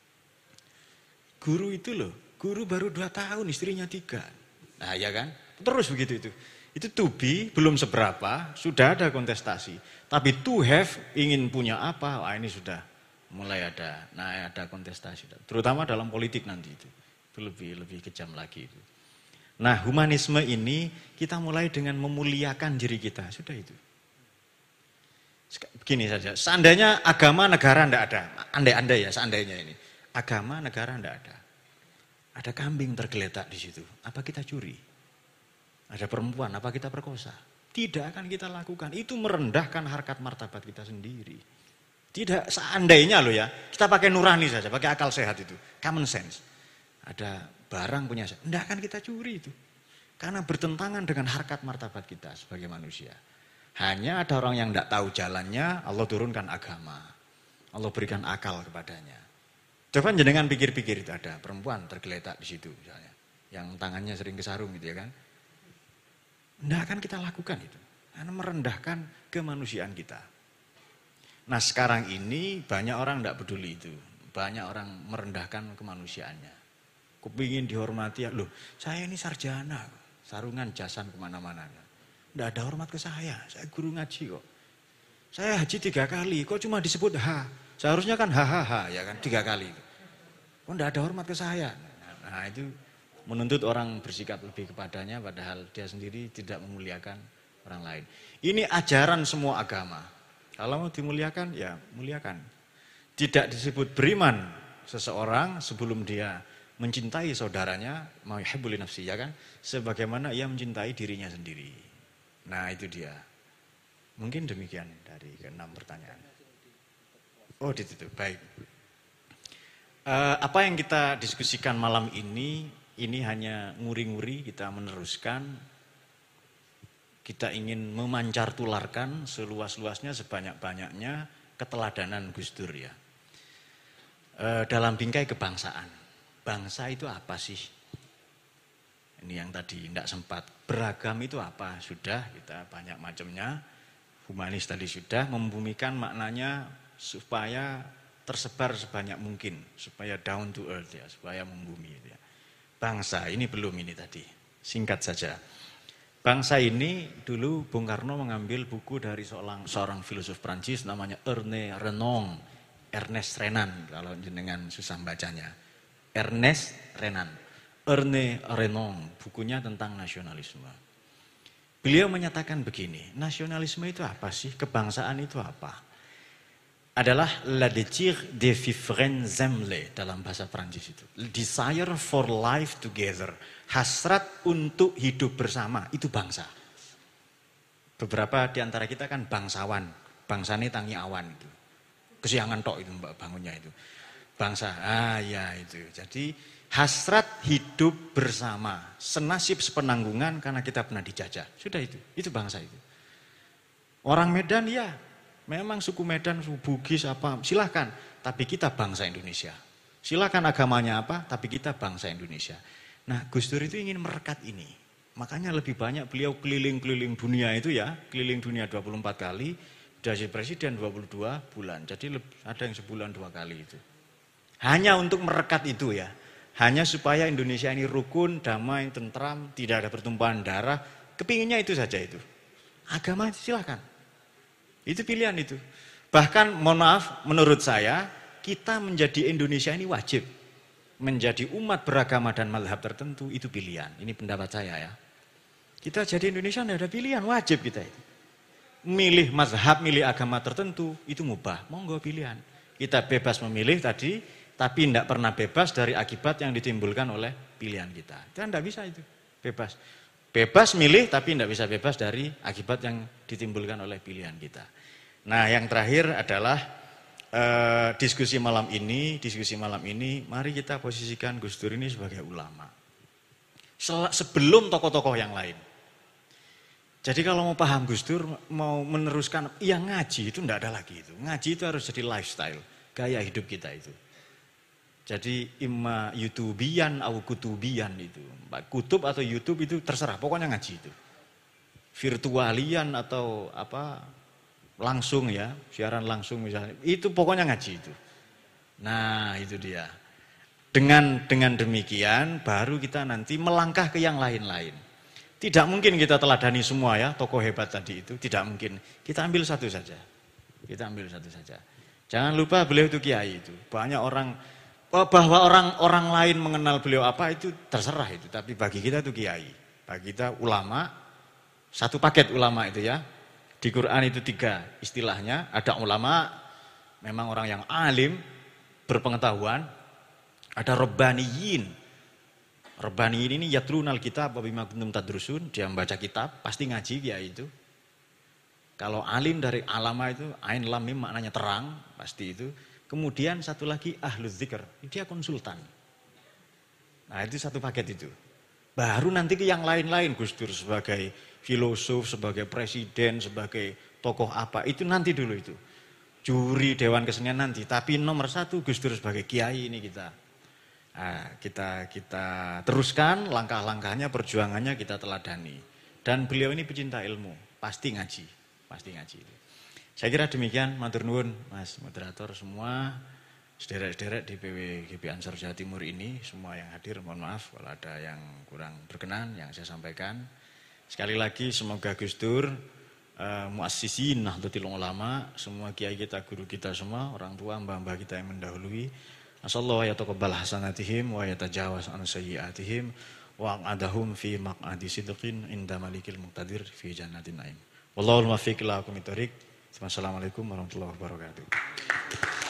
Guru itu loh, guru baru dua tahun, istrinya tiga. Nah ya kan, terus begitu itu. Itu to be, belum seberapa, sudah ada kontestasi. Tapi to have, ingin punya apa, wah ini sudah mulai ada, nah ada kontestasi. Terutama dalam politik nanti itu, itu lebih, lebih kejam lagi itu. Nah humanisme ini kita mulai dengan memuliakan diri kita, sudah itu. Begini saja, seandainya agama negara tidak ada, andai-andai ya seandainya ini, agama negara tidak ada, ada kambing tergeletak di situ, apa kita curi? Ada perempuan, apa kita perkosa? Tidak akan kita lakukan, itu merendahkan harkat martabat kita sendiri. Tidak, seandainya loh ya, kita pakai nurani saja, pakai akal sehat itu, common sense. Ada barang punya, tidak akan kita curi itu, karena bertentangan dengan harkat martabat kita sebagai manusia. Hanya ada orang yang tidak tahu jalannya, Allah turunkan agama. Allah berikan akal kepadanya. Coba jenengan pikir-pikir itu ada perempuan tergeletak di situ misalnya. Yang tangannya sering kesarung gitu ya kan. Tidak akan kita lakukan itu. Karena merendahkan kemanusiaan kita. Nah sekarang ini banyak orang tidak peduli itu. Banyak orang merendahkan kemanusiaannya. Kepingin dihormati, loh saya ini sarjana. Sarungan jasan kemana-mana. Tidak ada hormat ke saya, saya guru ngaji kok. Saya haji tiga kali, kok cuma disebut ha. Seharusnya kan ha ha ha ya kan tiga kali. Kok tidak ada hormat ke saya. Nah itu menuntut orang bersikap lebih kepadanya padahal dia sendiri tidak memuliakan orang lain. Ini ajaran semua agama. Kalau mau dimuliakan, ya muliakan. Tidak disebut beriman seseorang sebelum dia mencintai saudaranya, mau yuhibbu li nafsi, ya kan? Sebagaimana ia mencintai dirinya sendiri. Nah, itu dia. Mungkin demikian dari keenam pertanyaan. Oh, ditutup. Baik. Uh, apa yang kita diskusikan malam ini, ini hanya nguri-nguri, kita meneruskan. Kita ingin memancar tularkan seluas-luasnya, sebanyak-banyaknya keteladanan Gus Dur ya. Uh, dalam bingkai kebangsaan. Bangsa itu apa sih? Ini yang tadi tidak sempat. Beragam itu apa? Sudah, kita banyak macamnya. Humanis tadi sudah, membumikan maknanya supaya tersebar sebanyak mungkin, supaya down to earth ya, supaya membumi ya. Bangsa ini belum ini tadi, singkat saja. Bangsa ini dulu Bung Karno mengambil buku dari seorang seorang filosof Prancis namanya Ernest Renan, Ernest Renan kalau jenengan susah bacanya. Ernest Renan, Ernest Renan, bukunya tentang nasionalisme. Beliau menyatakan begini, nasionalisme itu apa sih? Kebangsaan itu apa? Adalah la désir de vivre ensemble dalam bahasa Prancis itu. Desire for life together. Hasrat untuk hidup bersama, itu bangsa. Beberapa di antara kita kan bangsawan. Bangsane tangi awan itu. Kesiangan tok itu mbak bangunnya itu. Bangsa, ah ya itu. Jadi hasrat hidup bersama. Senasib sepenanggungan karena kita pernah dijajah. Sudah itu, itu bangsa itu. Orang Medan ya. Memang suku Medan, suku Bugis apa, silahkan. Tapi kita bangsa Indonesia. Silahkan agamanya apa, tapi kita bangsa Indonesia. Nah Gus Dur itu ingin merekat ini. Makanya lebih banyak beliau keliling-keliling dunia itu ya. Keliling dunia dua puluh empat kali. Jadi presiden dua puluh dua bulan. Jadi ada yang sebulan dua kali itu. Hanya untuk merekat itu ya. Hanya supaya Indonesia ini rukun, damai, tentram, tidak ada pertumpahan darah. Kepinginnya itu saja itu. Agama silahkan. Itu pilihan itu. Bahkan mohon maaf, menurut saya, kita menjadi Indonesia ini wajib. Menjadi umat beragama dan mazhab tertentu, itu pilihan. Ini pendapat saya ya. Kita jadi Indonesia tidak ada pilihan, wajib kita itu. Milih mazhab, milih agama tertentu, itu mubah. Monggo pilihan. Kita bebas memilih tadi, tapi tidak pernah bebas dari akibat yang ditimbulkan oleh pilihan kita. Kita tidak bisa itu, bebas. Bebas milih tapi tidak bisa bebas dari akibat yang ditimbulkan oleh pilihan kita. Nah yang terakhir adalah eh, diskusi malam ini, diskusi malam ini mari kita posisikan Gus Dur ini sebagai ulama. Sebelum tokoh-tokoh yang lain. Jadi kalau mau paham Gus Dur, mau meneruskan, ya ngaji itu tidak ada lagi itu. Ngaji itu harus jadi lifestyle, gaya hidup kita itu. Jadi imma yutubian atau kutubian itu. Kutub atau YouTube itu terserah, pokoknya ngaji itu. Virtualian atau apa langsung ya, siaran langsung misalnya. Itu pokoknya ngaji itu. Nah, itu dia. Dengan dengan demikian baru kita nanti melangkah ke yang lain-lain. Tidak mungkin kita teladani semua ya, tokoh hebat tadi itu, tidak mungkin. Kita ambil satu saja. Kita ambil satu saja. Jangan lupa beliau itu kiai itu. Banyak orang bahwa orang-orang lain mengenal beliau apa itu terserah itu, tapi bagi kita itu kiai, bagi kita ulama, satu paket ulama itu ya. Di Quran itu tiga istilahnya, ada ulama, memang orang yang alim, berpengetahuan, ada rabbaniyin. Rabbaniyin ini yatlunal kitab wa bima kuntum tadrusun, dia membaca kitab, pasti ngaji kiai itu. Kalau alim dari alama itu, ain lam mim maknanya terang, pasti itu. Kemudian satu lagi ahlu dzikr, dia konsultan. Nah itu satu paket itu. Baru nanti ke yang lain-lain, Gus Dur sebagai filosof, sebagai presiden, sebagai tokoh apa, itu nanti dulu itu. Juri Dewan Kesenian nanti, tapi nomor satu Gus Dur sebagai kiai ini kita. Nah, kita kita teruskan langkah-langkahnya, perjuangannya kita teladani. Dan beliau ini pecinta ilmu, pasti ngaji, pasti ngaji. Saya kira demikian, matur nuwun Mas moderator semua, sederek-sederek di P W G B Ansor Jawa Timur ini, semua yang hadir, mohon maaf kalau ada yang kurang berkenan yang saya sampaikan. Sekali lagi semoga Gus Dur, uh, muassisin Nahdlatul Ulama, semua kiai kita, guru kita semua, orang tua, mbah-mbah kita yang mendahului, Asallahu wa yataqabbal hasanatihim wa yatajawaz an sayyi'atihim wa aq'adahum fi maq'adi sidqin inda malikil muqtadir fi jannatin na'im. Wallahul muwaffiq ila aqwamit thoriq. Wassalamualaikum warahmatullahi wabarakatuh.